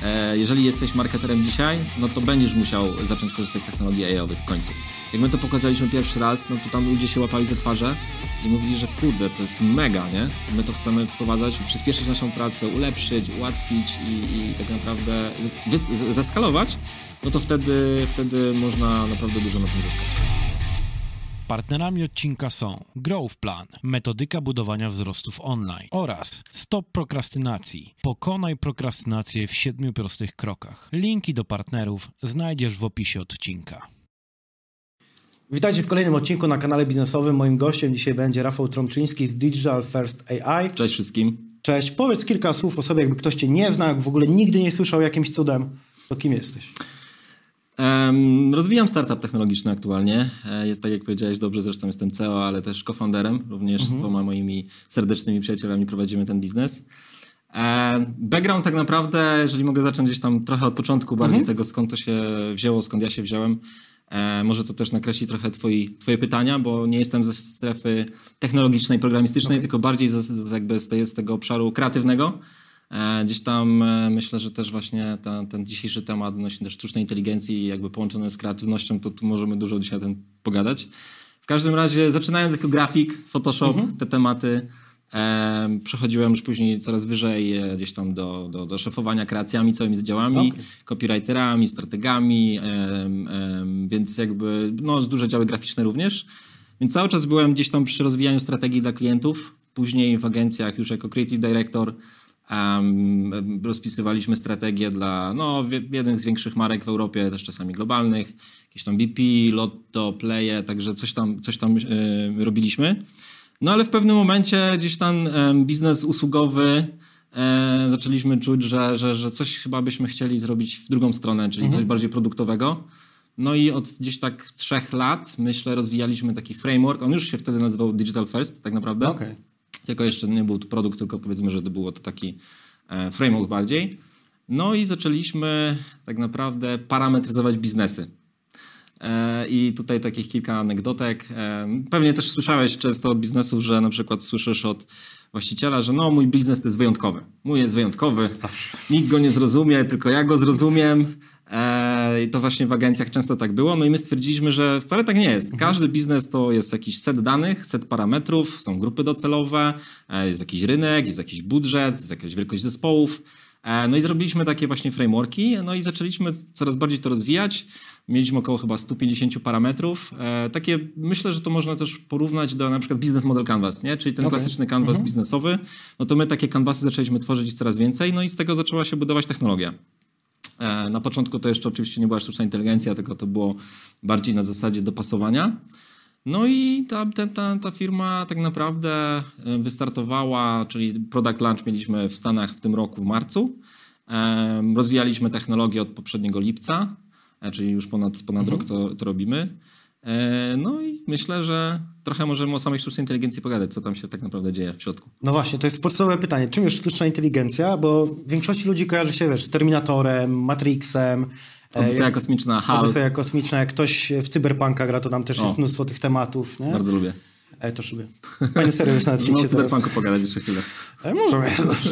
Jeżeli jesteś marketerem dzisiaj, no to będziesz musiał zacząć korzystać z technologii AI-owych w końcu. Jak my to pokazaliśmy pierwszy raz, no to tam ludzie się łapali za twarze i mówili, że kurde, to jest mega, nie? My to chcemy wprowadzać, przyspieszyć naszą pracę, ulepszyć, ułatwić i tak naprawdę zeskalować, no to wtedy można naprawdę dużo na tym zyskać. Partnerami odcinka są Growth Plan, metodyka budowania wzrostów online oraz Stop Prokrastynacji. Pokonaj prokrastynację w 7 prostych krokach. Linki do partnerów znajdziesz w opisie odcinka. Witajcie w kolejnym odcinku na kanale biznesowym. Moim gościem dzisiaj będzie Rafał Trąbczyński z Digital First AI. Cześć wszystkim. Cześć. Powiedz kilka słów o sobie, jakby ktoś cię nie zna, w ogóle nigdy nie słyszał jakimś cudem, to kim jesteś? Rozwijam startup technologiczny aktualnie. Jest, tak jak powiedziałeś, dobrze, zresztą jestem CEO, ale też co-founderem. Również z 2 moimi serdecznymi przyjacielami prowadzimy ten biznes. Background tak naprawdę, jeżeli mogę zacząć gdzieś tam trochę od początku bardziej tego, skąd to się wzięło, skąd ja się wziąłem. Może to też nakreśli trochę twoje pytania, bo nie jestem ze strefy technologicznej, programistycznej, tylko bardziej z tego obszaru kreatywnego. Gdzieś tam myślę, że też właśnie ten dzisiejszy temat odnośnie też sztucznej inteligencji jakby połączony z kreatywnością, to tu możemy dużo dzisiaj o tym pogadać. W każdym razie zaczynając jako grafik, Photoshop, te tematy, przechodziłem już później coraz wyżej gdzieś tam do szefowania kreacjami, całymi działami, copywriterami, strategami, więc jakby no duże działy graficzne również. Więc cały czas byłem gdzieś tam przy rozwijaniu strategii dla klientów, później w agencjach już jako creative director. Rozpisywaliśmy strategię dla jednych z większych marek w Europie, też czasami globalnych, jakieś tam BP, Lotto, Playe, także coś tam robiliśmy. No ale w pewnym momencie gdzieś tam biznes usługowy zaczęliśmy czuć, że coś chyba byśmy chcieli zrobić w drugą stronę, czyli coś bardziej produktowego. No i od gdzieś tak 3 lat, myślę, rozwijaliśmy taki framework, on już się wtedy nazywał Digital First tak naprawdę. Tylko jeszcze nie był to produkt, tylko powiedzmy, że to było to taki framework bardziej. No i zaczęliśmy tak naprawdę parametryzować biznesy. I tutaj takich kilka anegdotek. Pewnie też słyszałeś często od biznesów, że na przykład słyszysz od właściciela, że no mój biznes to jest wyjątkowy. Mój jest wyjątkowy. Zawsze. Nikt go nie zrozumie, tylko ja go zrozumiem. I to właśnie w agencjach często tak było. No i my stwierdziliśmy, że wcale tak nie jest. Każdy biznes to jest jakiś set danych, set parametrów, są grupy docelowe, jest jakiś rynek, jest jakiś budżet, jest jakaś wielkość zespołów. No i zrobiliśmy takie właśnie frameworki, no i zaczęliśmy coraz bardziej to rozwijać. Mieliśmy około chyba 150 parametrów. Takie, myślę, że to można też porównać do na przykład Business Model Canvas, nie? Czyli ten klasyczny canvas biznesowy. No to my takie canvasy zaczęliśmy tworzyć coraz więcej, no i z tego zaczęła się budować technologia. Na początku to jeszcze oczywiście nie była sztuczna inteligencja, tylko to było bardziej na zasadzie dopasowania. No i ta firma tak naprawdę wystartowała, czyli product launch mieliśmy w Stanach w tym roku w marcu. Rozwijaliśmy technologię od poprzedniego lipca, czyli już ponad rok to robimy. No i myślę, że trochę możemy o samej sztucznej inteligencji pogadać, co tam się tak naprawdę dzieje w środku. No właśnie, to jest podstawowe pytanie. Czym jest sztuczna inteligencja? Bo większości ludzi kojarzy się, z Terminatorem, Matrixem. Odyseja kosmiczna, HAL. Odyseja kosmiczna, jak ktoś w Cyberpunka gra, to tam też jest mnóstwo tych tematów. Nie? Bardzo lubię. Też lubię. Fajny serial jest na Netflixie. No, Cyberpunku pogadać jeszcze chwilę. Możemy.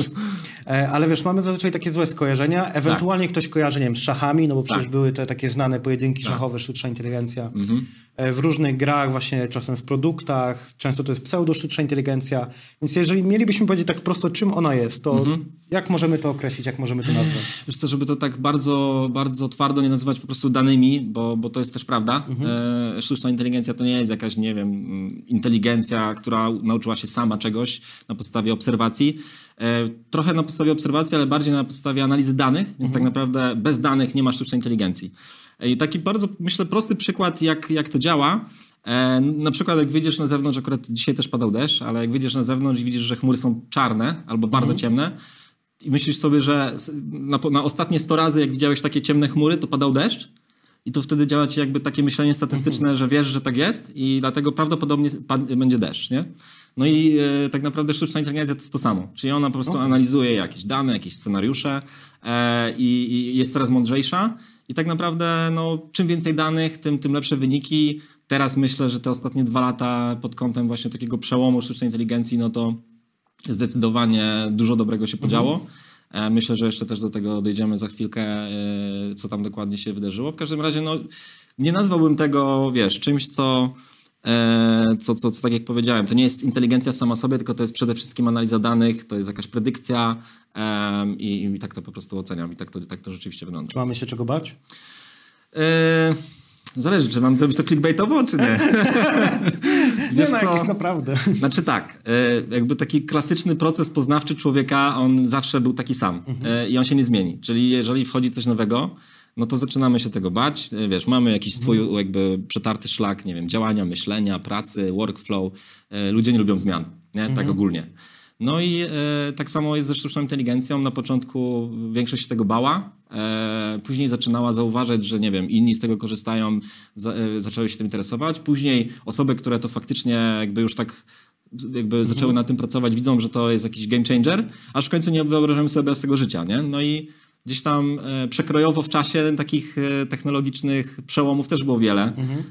Ale wiesz, mamy zazwyczaj takie złe skojarzenia. Ewentualnie ktoś kojarzy, nie wiem, z szachami, no bo przecież były te takie znane pojedynki szachowe, sztuczna inteligencja. W różnych grach, właśnie czasem w produktach, często to jest pseudo-sztuczna inteligencja. Więc jeżeli mielibyśmy powiedzieć tak prosto, czym ona jest, to jak możemy to określić, jak możemy to nazwać? Wiesz co, żeby to tak bardzo, bardzo twardo nie nazywać po prostu danymi, bo to jest też prawda. Sztuczna inteligencja to nie jest jakaś, nie wiem, inteligencja, która nauczyła się sama czegoś na podstawie obserwacji. Trochę na podstawie obserwacji, ale bardziej na podstawie analizy danych, więc tak naprawdę bez danych nie ma sztucznej inteligencji. I taki bardzo, myślę, prosty przykład, jak to działa. Na przykład jak wyjdziesz na zewnątrz, akurat dzisiaj też padał deszcz, ale jak wyjdziesz na zewnątrz i widzisz, że chmury są czarne albo bardzo ciemne i myślisz sobie, że na ostatnie 100 razy, jak widziałeś takie ciemne chmury, to padał deszcz i to wtedy działa ci jakby takie myślenie statystyczne, że wiesz, że tak jest i dlatego prawdopodobnie będzie deszcz, nie? No i tak naprawdę sztuczna inteligencja to jest to samo. Czyli ona po prostu analizuje jakieś dane, jakieś scenariusze i jest coraz mądrzejsza. I tak naprawdę czym więcej danych, tym lepsze wyniki. Teraz myślę, że te ostatnie 2 lata pod kątem właśnie takiego przełomu sztucznej inteligencji, no to zdecydowanie dużo dobrego się podziało. Myślę, że jeszcze też do tego dojdziemy za chwilkę, co tam dokładnie się wydarzyło. W każdym razie, no, nie nazwałbym tego, wiesz, czymś, co tak jak powiedziałem, to nie jest inteligencja w sama sobie, tylko to jest przede wszystkim analiza danych, to jest jakaś predykcja i tak to po prostu oceniam i tak to rzeczywiście wygląda. Czy mamy się czego bać? Zależy, czy mam zrobić to clickbaitowo, czy nie. Wiesz nie, jest naprawdę. Znaczy tak, jakby taki klasyczny proces poznawczy człowieka, on zawsze był taki sam i on się nie zmieni. Czyli jeżeli wchodzi coś nowego, no to zaczynamy się tego bać. Wiesz, mamy jakiś swój jakby przetarty szlak, nie wiem, działania, myślenia, pracy, workflow. Ludzie nie lubią zmian, nie? Tak ogólnie. No i tak samo jest ze sztuczną inteligencją. Na początku większość się tego bała, później zaczynała zauważać, że nie wiem, inni z tego korzystają, zaczęły się tym interesować. Później osoby, które to faktycznie jakby już tak jakby zaczęły na tym pracować, widzą, że to jest jakiś game changer, aż w końcu nie wyobrażamy sobie bez tego życia, nie? No i gdzieś tam przekrojowo w czasie takich technologicznych przełomów też było wiele.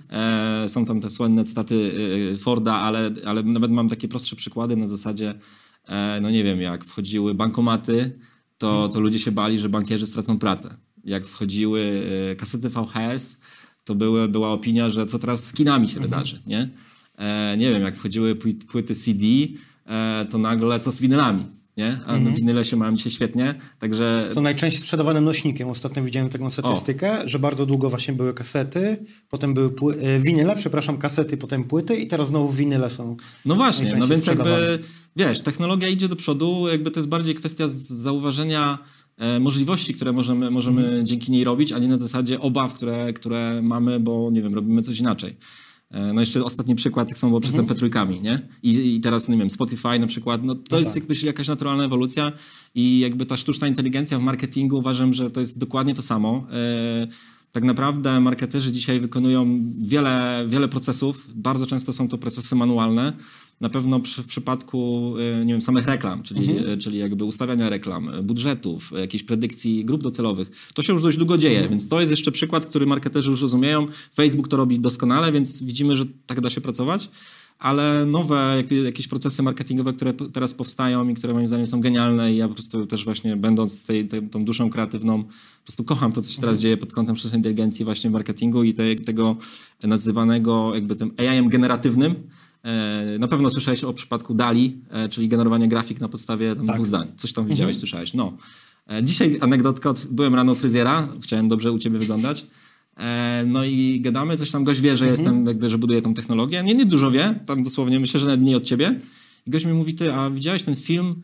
Są tam te słynne cytaty Forda, ale nawet mam takie prostsze przykłady na zasadzie, no nie wiem, jak wchodziły bankomaty, to ludzie się bali, że bankierzy stracą pracę. Jak wchodziły kasety VHS, to była opinia, że co teraz z kinami się wydarzy, nie? Nie wiem, jak wchodziły płyty CD, to nagle co z winylami, nie? A winyle się mają dzisiaj świetnie, także... To najczęściej sprzedawanym nośnikiem. Ostatnio widziałem taką statystykę, że bardzo długo właśnie były kasety, potem były winyle, kasety, potem płyty i teraz znowu winyle są. No właśnie, no więc jakby, wiesz, technologia idzie do przodu, jakby to jest bardziej kwestia zauważenia możliwości, które możemy dzięki niej robić, a nie na zasadzie obaw, które mamy, bo nie wiem, robimy coś inaczej. No jeszcze ostatni przykład, tak samo było przez MP3, nie? I teraz, nie wiem, Spotify na przykład, no to jest jakby jakaś naturalna ewolucja i jakby ta sztuczna inteligencja w marketingu uważam, że to jest dokładnie to samo. Tak naprawdę marketerzy dzisiaj wykonują wiele procesów, bardzo często są to procesy manualne. Na pewno w przypadku, nie wiem, samych reklam, czyli jakby ustawiania reklam, budżetów, jakiejś predykcji grup docelowych, to się już dość długo dzieje, więc to jest jeszcze przykład, który marketerzy już rozumieją. Facebook to robi doskonale, więc widzimy, że tak da się pracować, ale nowe jakieś procesy marketingowe, które teraz powstają i które moim zdaniem są genialne i ja po prostu też właśnie będąc tą duszą kreatywną, po prostu kocham to, co się teraz dzieje pod kątem sztucznej inteligencji właśnie w marketingu i tego nazywanego jakby tym AI-em generatywnym. Na pewno słyszałeś o przypadku DALL-E, czyli generowanie grafik na podstawie dwóch zdań. Coś tam widziałeś, słyszałeś. No. Dzisiaj anegdotka, byłem rano u fryzjera, chciałem dobrze u ciebie wyglądać. No i gadamy, coś tam gość wie, że jestem, jakby, że buduję tą technologię. Nie dużo wie, tam dosłownie myślę, że nawet mniej od ciebie. I gość mi mówi, ty, a widziałeś ten film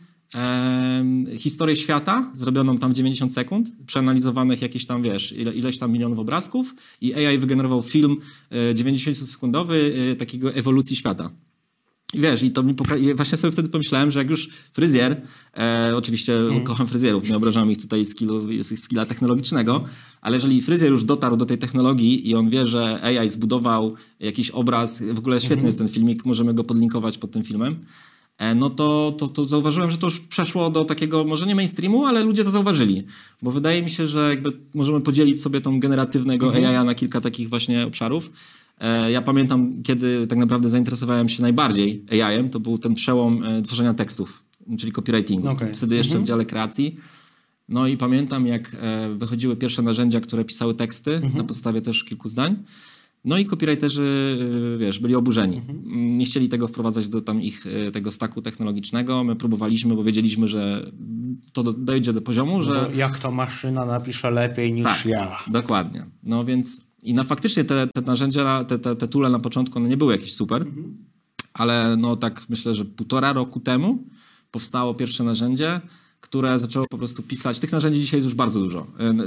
historię świata, zrobioną tam w 90 sekund, przeanalizowanych jakieś tam, wiesz, ileś tam milionów obrazków i AI wygenerował film 90-sekundowy takiego ewolucji świata. I wiesz, i to mi właśnie sobie wtedy pomyślałem, że jak już fryzjer, oczywiście kocham fryzjerów, nie obrażam ich tutaj skilla technologicznego, ale jeżeli fryzjer już dotarł do tej technologii i on wie, że AI zbudował jakiś obraz, w ogóle świetny jest ten filmik, możemy go podlinkować pod tym filmem, no to zauważyłem, że to już przeszło do takiego, może nie mainstreamu, ale ludzie to zauważyli. Bo wydaje mi się, że jakby możemy podzielić sobie tą generatywnego AI na kilka takich właśnie obszarów. Ja pamiętam, kiedy tak naprawdę zainteresowałem się najbardziej AI-em, to był ten przełom tworzenia tekstów, czyli copywritingu. Wtedy jeszcze w dziale kreacji. No i pamiętam, jak wychodziły pierwsze narzędzia, które pisały teksty na podstawie też kilku zdań. No i copywriterzy, wiesz, byli oburzeni. Nie chcieli tego wprowadzać do tam tego stacku technologicznego. My próbowaliśmy, bo wiedzieliśmy, że to dojdzie do poziomu, że... Jak to maszyna napisze lepiej niż ja. Dokładnie. No więc... faktycznie te narzędzia, te toole na początku, one nie były jakieś super, ale no tak myślę, że 1,5 roku temu powstało pierwsze narzędzie, które zaczęło po prostu pisać. Tych narzędzi dzisiaj jest już bardzo dużo.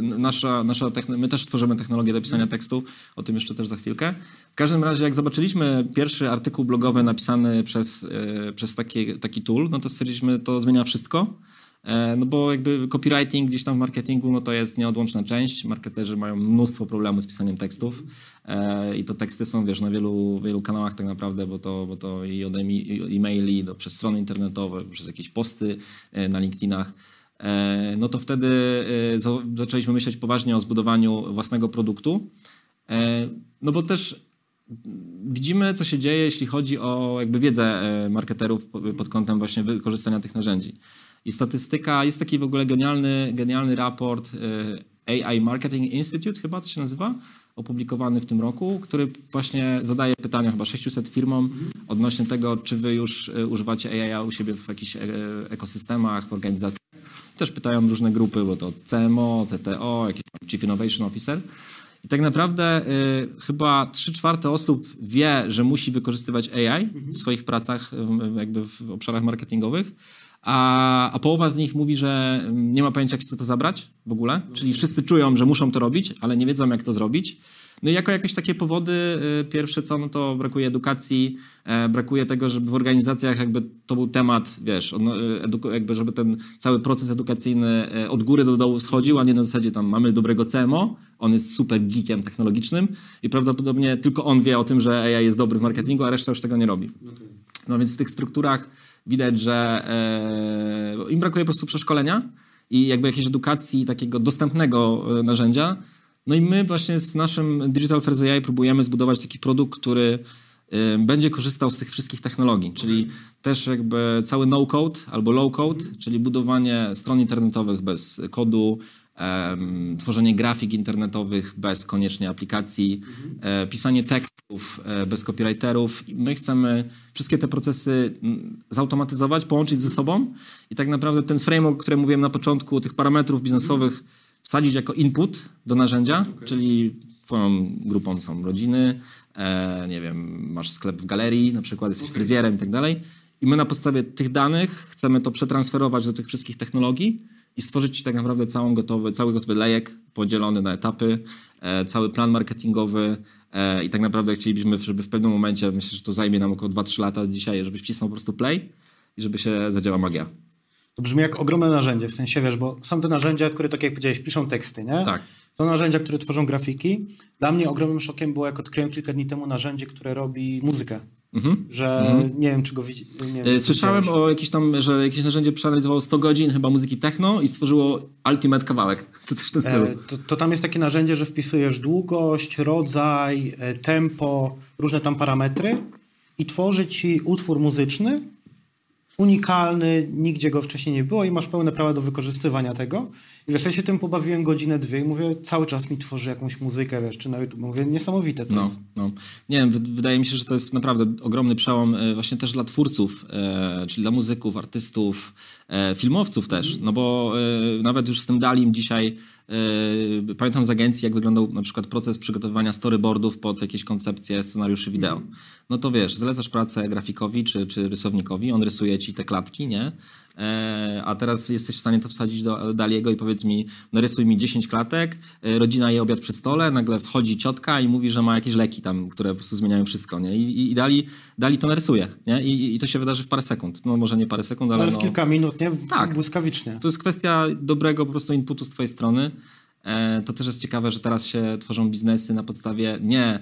My też tworzymy technologię do pisania tekstu, o tym jeszcze też za chwilkę. W każdym razie, jak zobaczyliśmy pierwszy artykuł blogowy napisany przez taki tool, no to stwierdziliśmy, to zmienia wszystko. No bo jakby copywriting gdzieś tam w marketingu, no to jest nieodłączna część. Marketerzy mają mnóstwo problemów z pisaniem tekstów i to teksty są, wiesz, na wielu kanałach tak naprawdę, bo to i od e-maili, przez strony internetowe, przez jakieś posty na LinkedInach. No to wtedy zaczęliśmy myśleć poważnie o zbudowaniu własnego produktu. No bo też widzimy, co się dzieje, jeśli chodzi o jakby wiedzę marketerów pod kątem właśnie wykorzystania tych narzędzi. I statystyka, jest taki w ogóle genialny raport AI Marketing Institute, chyba to się nazywa, opublikowany w tym roku, który właśnie zadaje pytania chyba 600 firmom odnośnie tego, czy wy już używacie AI u siebie w jakichś ekosystemach, w organizacjach. Też pytają różne grupy, bo to CMO, CTO, jakiś Chief Innovation Officer. I tak naprawdę chyba 3/4 osób wie, że musi wykorzystywać AI w swoich pracach, jakby w obszarach marketingowych, a połowa z nich mówi, że nie ma pojęcia, jak się to zabrać w ogóle. Czyli wszyscy czują, że muszą to robić, ale nie wiedzą, jak to zrobić. No i jako jakieś takie powody, pierwsze co, no to brakuje edukacji, brakuje tego, żeby w organizacjach jakby to był temat, wiesz, jakby żeby ten cały proces edukacyjny od góry do dołu schodził, a nie na zasadzie tam mamy dobrego CMO, on jest super geekiem technologicznym i prawdopodobnie tylko on wie o tym, że AI jest dobry w marketingu, a reszta już tego nie robi. No więc w tych strukturach widać, że im brakuje po prostu przeszkolenia i jakby jakiejś edukacji takiego dostępnego narzędzia. No i my właśnie z naszym Digital First AI próbujemy zbudować taki produkt, który będzie korzystał z tych wszystkich technologii, czyli też jakby cały no-code albo low-code, czyli budowanie stron internetowych bez kodu, tworzenie grafik internetowych bez koniecznie aplikacji, pisanie tekstów bez copywriterów. My chcemy wszystkie te procesy zautomatyzować, połączyć ze sobą i tak naprawdę ten framework, o którym mówiłem na początku, tych parametrów biznesowych wsadzić jako input do narzędzia, czyli twoją grupą są rodziny, nie wiem, masz sklep w galerii, na przykład jesteś fryzjerem i tak dalej. I my na podstawie tych danych chcemy to przetransferować do tych wszystkich technologii i stworzyć ci tak naprawdę cały gotowy lejek podzielony na etapy, cały plan marketingowy i tak naprawdę chcielibyśmy, żeby w pewnym momencie, myślę, że to zajmie nam około 2-3 lata dzisiaj, żebyś wcisnął po prostu play i żeby się zadziała magia. To brzmi jak ogromne narzędzie, w sensie, wiesz, bo są te narzędzia, które, tak jak powiedziałeś, piszą teksty, nie? Tak. Są narzędzia, które tworzą grafiki. Dla mnie ogromnym szokiem było, jak odkryłem kilka dni temu narzędzie, które robi muzykę. Nie wiem, czy go słyszałem o że jakieś narzędzie przeanalizowało 100 godzin chyba muzyki techno i stworzyło ultimate kawałek, czy coś w tym stylu. To tam jest takie narzędzie, że wpisujesz długość, rodzaj, tempo, różne tam parametry i tworzy ci utwór muzyczny, unikalny, nigdzie go wcześniej nie było i masz pełne prawo do wykorzystywania tego. I wiesz, ja się tym pobawiłem godzinę, 2 i mówię, cały czas mi tworzy jakąś muzykę, wiesz, czy na YouTube. Mówię, niesamowite to jest. No. Nie wiem, wydaje mi się, że to jest naprawdę ogromny przełom właśnie też dla twórców, czyli dla muzyków, artystów, filmowców też, no bo nawet już z tym Dalim dzisiaj pamiętam z agencji, jak wyglądał na przykład proces przygotowywania storyboardów pod jakieś koncepcje scenariuszy wideo. No to wiesz, zlecasz pracę grafikowi czy rysownikowi, on rysuje ci te klatki, nie? A teraz jesteś w stanie to wsadzić do Daliego i powiedz mi, narysuj mi 10 klatek, rodzina je obiad przy stole, nagle wchodzi ciotka i mówi, że ma jakieś leki tam, które po prostu zmieniają wszystko, nie? I Dali to narysuje, nie? I to się wydarzy w parę sekund. No może nie parę sekund, ale w kilka minut, nie? Tak. Błyskawicznie. To jest kwestia dobrego po prostu inputu z twojej strony. To też jest ciekawe, że teraz się tworzą biznesy na podstawie nie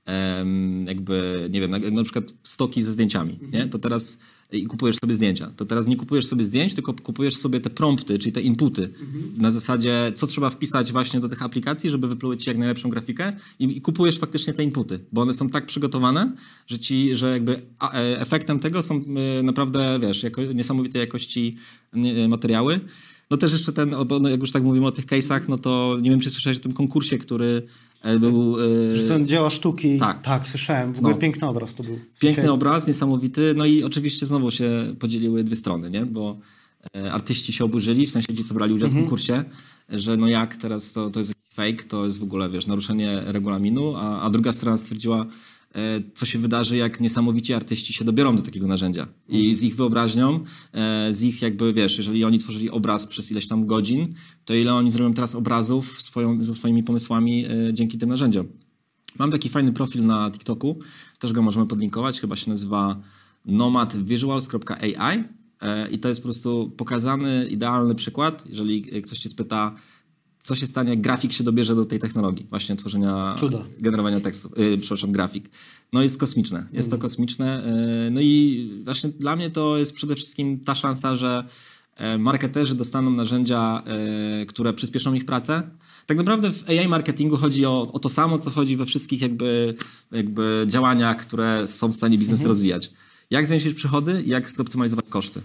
jakby, nie wiem, na przykład stoki ze zdjęciami, nie? To teraz i kupujesz sobie zdjęcia. To teraz nie kupujesz sobie zdjęć, tylko kupujesz sobie te prompty, czyli te inputy. Na zasadzie, co trzeba wpisać właśnie do tych aplikacji, żeby wypluły ci jak najlepszą grafikę i kupujesz faktycznie te inputy, bo one są tak przygotowane, że jakby efektem tego są naprawdę, wiesz, niesamowitej jakości materiały. No też jeszcze jak już tak mówimy o tych case'ach, no to nie wiem, czy słyszałeś o tym konkursie, który był... Że ten dzieła sztuki, tak słyszałem. W ogóle piękny obraz to był. Piękny obraz, niesamowity. No i oczywiście znowu się podzieliły dwie strony, nie? Bo artyści się oburzyli, w sensie ci, co brali udział w konkursie, że no jak teraz to jest fake, to jest w ogóle, wiesz, naruszenie regulaminu, a druga strona stwierdziła, co się wydarzy, jak niesamowici artyści się dobiorą do takiego narzędzia. I z ich wyobraźnią, z ich jakby, wiesz, jeżeli oni tworzyli obraz przez ileś tam godzin, to ile oni zrobią teraz obrazów ze swoimi pomysłami dzięki tym narzędziom. Mam taki fajny profil na TikToku, też go możemy podlinkować, chyba się nazywa nomadvisuals.ai i to jest po prostu pokazany idealny przykład, jeżeli ktoś cię spyta, co się stanie, jak grafik się dobierze do tej technologii, właśnie tworzenia, generowania tekstów, grafik. No jest kosmiczne, jest to kosmiczne. No i właśnie dla mnie to jest przede wszystkim ta szansa, że marketerzy dostaną narzędzia, które przyspieszą ich pracę. Tak naprawdę w AI marketingu chodzi o to samo, co chodzi we wszystkich jakby działaniach, które są w stanie biznes rozwijać. Jak zwiększyć przychody, jak zoptymalizować koszty.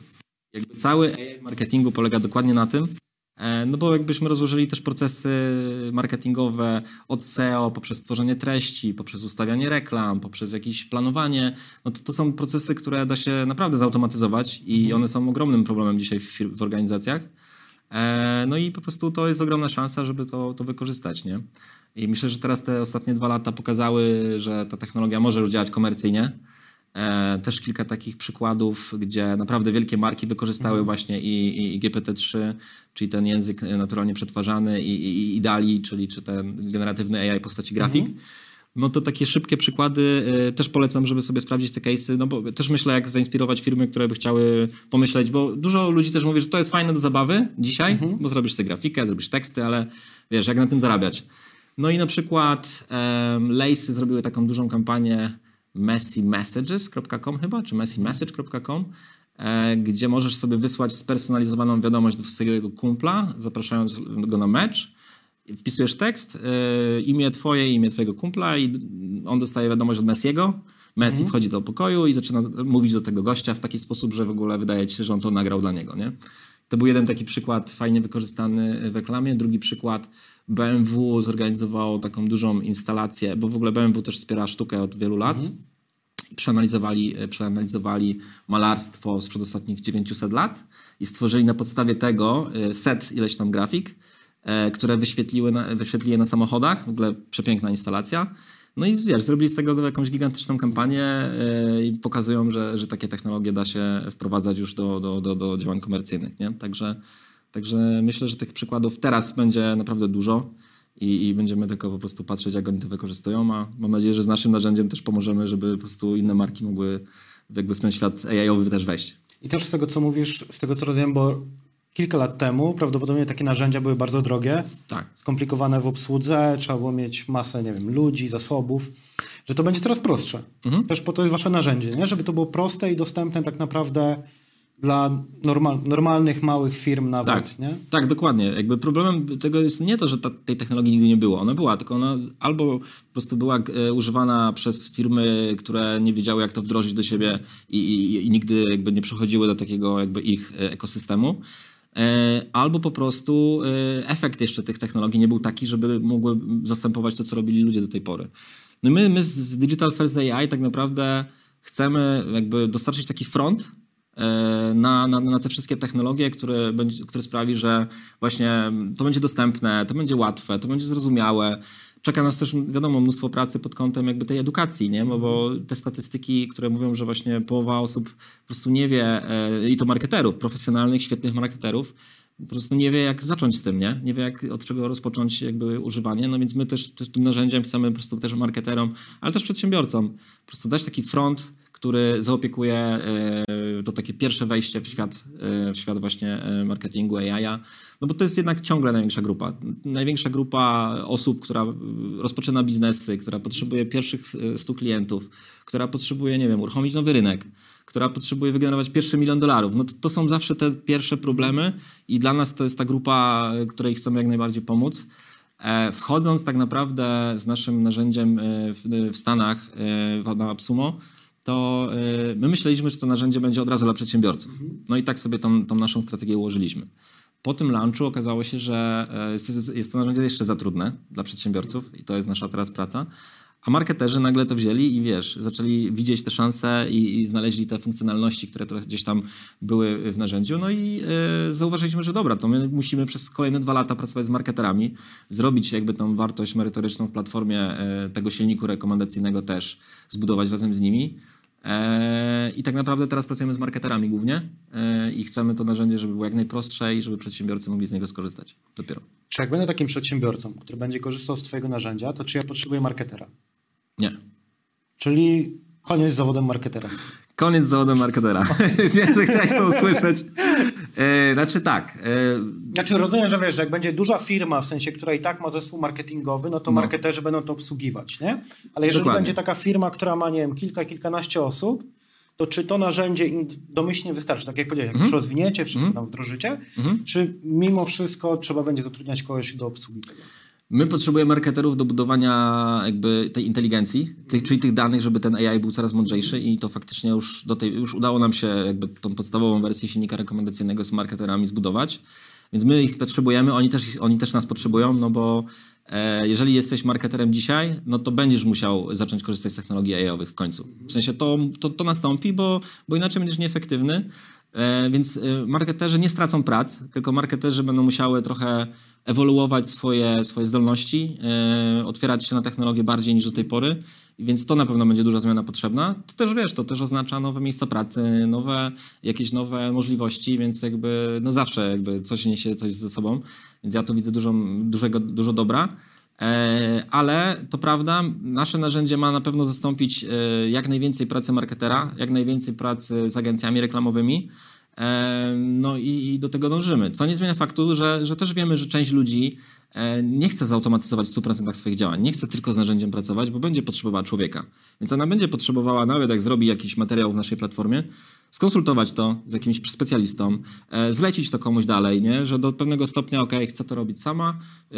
Jakby cały AI w marketingu polega dokładnie na tym, no bo jakbyśmy rozłożyli też procesy marketingowe od SEO, poprzez tworzenie treści, poprzez ustawianie reklam, poprzez jakieś planowanie, no to są procesy, które da się naprawdę zautomatyzować i one są ogromnym problemem dzisiaj w organizacjach. No i po prostu to jest ogromna szansa, żeby to wykorzystać, nie? I myślę, że teraz te ostatnie 2 lata pokazały, że ta technologia może już działać komercyjnie. Też kilka takich przykładów, gdzie naprawdę wielkie marki wykorzystały właśnie i GPT-3, czyli ten język naturalnie przetwarzany i DALL-E, czy ten generatywny AI w postaci grafik. No to takie szybkie przykłady też polecam, żeby sobie sprawdzić te case'y, no bo też myślę, jak zainspirować firmy, które by chciały pomyśleć, bo dużo ludzi też mówi, że to jest fajne do zabawy dzisiaj, bo zrobisz sobie grafikę, zrobisz teksty, ale wiesz, jak na tym zarabiać. No i na przykład Lacy zrobiły taką dużą kampanię messymessages.com chyba, czy messymessage.com, gdzie możesz sobie wysłać spersonalizowaną wiadomość do swojego kumpla, zapraszając go na mecz. Wpisujesz tekst, imię twojego kumpla i on dostaje wiadomość od Messiego. Messi wchodzi do pokoju i zaczyna mówić do tego gościa w taki sposób, że w ogóle wydaje ci się, że on to nagrał dla niego, nie? To był jeden taki przykład fajnie wykorzystany w reklamie. Drugi przykład, BMW zorganizowało taką dużą instalację, bo w ogóle BMW też wspiera sztukę od wielu lat. Przeanalizowali malarstwo sprzed ostatnich 900 lat i stworzyli na podstawie tego set ileś tam grafik, które wyświetlili na samochodach. W ogóle przepiękna instalacja. No i wiesz, zrobili z tego jakąś gigantyczną kampanię i pokazują, że takie technologie da się wprowadzać już do działań komercyjnych, nie? Także myślę, że tych przykładów teraz będzie naprawdę dużo i będziemy tylko po prostu patrzeć, jak oni to wykorzystują, a mam nadzieję, że z naszym narzędziem też pomożemy, żeby po prostu inne marki mogły jakby w ten świat AI-owy też wejść. I też z tego, co mówisz, z tego, co rozumiem, bo kilka lat temu prawdopodobnie takie narzędzia były bardzo drogie, skomplikowane w obsłudze, trzeba było mieć masę, nie wiem, ludzi, zasobów, że to będzie coraz prostsze. Też po to jest wasze narzędzie, nie? Żeby to było proste i dostępne tak naprawdę dla normalnych, małych firm nawet, nie? Tak, dokładnie. Jakby problemem tego jest nie to, że tej technologii nigdy nie było. Ona była, tylko ona albo po prostu była używana przez firmy, które nie wiedziały, jak to wdrożyć do siebie i nigdy jakby nie przechodziły do takiego jakby ich ekosystemu. Albo po prostu efekt jeszcze tych technologii nie był taki, żeby mogły zastępować to, co robili ludzie do tej pory. No my z Digital First AI tak naprawdę chcemy jakby dostarczyć taki front na te wszystkie technologie, które sprawi, że właśnie to będzie dostępne, to będzie łatwe, to będzie zrozumiałe. Czeka nas też, wiadomo, mnóstwo pracy pod kątem jakby tej edukacji, nie? Bo te statystyki, które mówią, że właśnie połowa osób po prostu nie wie, i to marketerów, profesjonalnych, świetnych marketerów, po prostu nie wie, jak zacząć z tym, nie? Nie wie, od czego rozpocząć jakby używanie. No więc my też tym narzędziem chcemy po prostu też marketerom, ale też przedsiębiorcom po prostu dać taki front, który zaopiekuje to takie pierwsze wejście w świat właśnie marketingu, AI-a. No bo to jest jednak ciągle największa grupa. Największa grupa osób, która rozpoczyna biznesy, która potrzebuje pierwszych 100 klientów, która potrzebuje, nie wiem, uruchomić nowy rynek, która potrzebuje wygenerować pierwszy $1 milion. No to są zawsze te pierwsze problemy i dla nas to jest ta grupa, której chcemy jak najbardziej pomóc. Wchodząc tak naprawdę z naszym narzędziem w Stanach na AppSumo, to my myśleliśmy, że to narzędzie będzie od razu dla przedsiębiorców. No i tak sobie tą naszą strategię ułożyliśmy. Po tym launchu okazało się, że jest to narzędzie jeszcze za trudne dla przedsiębiorców i to jest nasza teraz praca. A marketerzy nagle to wzięli i wiesz, zaczęli widzieć te szanse i znaleźli te funkcjonalności, które gdzieś tam były w narzędziu. No i zauważyliśmy, że dobra, to my musimy przez kolejne 2 lata pracować z marketerami, zrobić jakby tą wartość merytoryczną w platformie tego silniku rekomendacyjnego też, zbudować razem z nimi. I tak naprawdę teraz pracujemy z marketerami głównie i chcemy to narzędzie, żeby było jak najprostsze i żeby przedsiębiorcy mogli z niego skorzystać dopiero. Czy jak będę takim przedsiębiorcą, który będzie korzystał z twojego narzędzia, to czy ja potrzebuję marketera? Nie. Czyli koniec z zawodem marketera. Koniec z zawodem marketera. Wiem, że chciałeś to usłyszeć. Znaczy tak. Znaczy rozumiem, że wiesz, że jak będzie duża firma, w sensie, która i tak ma zespół marketingowy, no to marketerzy będą to obsługiwać, nie? Ale jeżeli będzie taka firma, która ma, nie wiem, kilkanaście osób, to czy to narzędzie im domyślnie wystarczy? Tak jak powiedziałeś, jak już rozwiniecie, wszystko tam wdrożycie, czy mimo wszystko trzeba będzie zatrudniać kogoś do obsługi tego? My potrzebujemy marketerów do budowania jakby tej inteligencji, czyli tych danych, żeby ten AI był coraz mądrzejszy i to faktycznie już udało nam się jakby tą podstawową wersję silnika rekomendacyjnego z marketerami zbudować. Więc my ich potrzebujemy, oni też nas potrzebują, no bo jeżeli jesteś marketerem dzisiaj, no to będziesz musiał zacząć korzystać z technologii AI-owych w końcu. W sensie to nastąpi, bo inaczej będziesz nieefektywny. Więc marketerzy nie stracą prac, tylko marketerzy będą musiały trochę ewoluować swoje zdolności, otwierać się na technologię bardziej niż do tej pory, więc to na pewno będzie duża zmiana potrzebna. To też oznacza nowe miejsca pracy, jakieś nowe możliwości, więc jakby no zawsze jakby coś niesie coś ze sobą, więc ja tu widzę dużo dobra. Ale to prawda, nasze narzędzie ma na pewno zastąpić jak najwięcej pracy marketera, jak najwięcej pracy z agencjami reklamowymi. No i do tego dążymy. Co nie zmienia faktu, że też wiemy, że część ludzi nie chce zautomatyzować w 100% swoich działań, nie chce tylko z narzędziem pracować, bo będzie potrzebowała człowieka. Więc ona będzie potrzebowała, nawet jak zrobi jakiś materiał w naszej platformie, skonsultować to z jakimś specjalistą, zlecić to komuś dalej, nie? Że do pewnego stopnia, chcę to robić sama,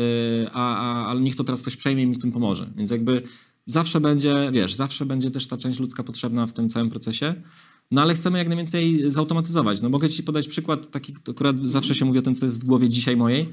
ale niech to teraz ktoś przejmie i mi w tym pomoże. Więc jakby zawsze będzie też ta część ludzka potrzebna w tym całym procesie. No ale chcemy jak najwięcej zautomatyzować. No mogę ci podać przykład taki, akurat zawsze się mówi o tym, co jest w głowie dzisiaj mojej.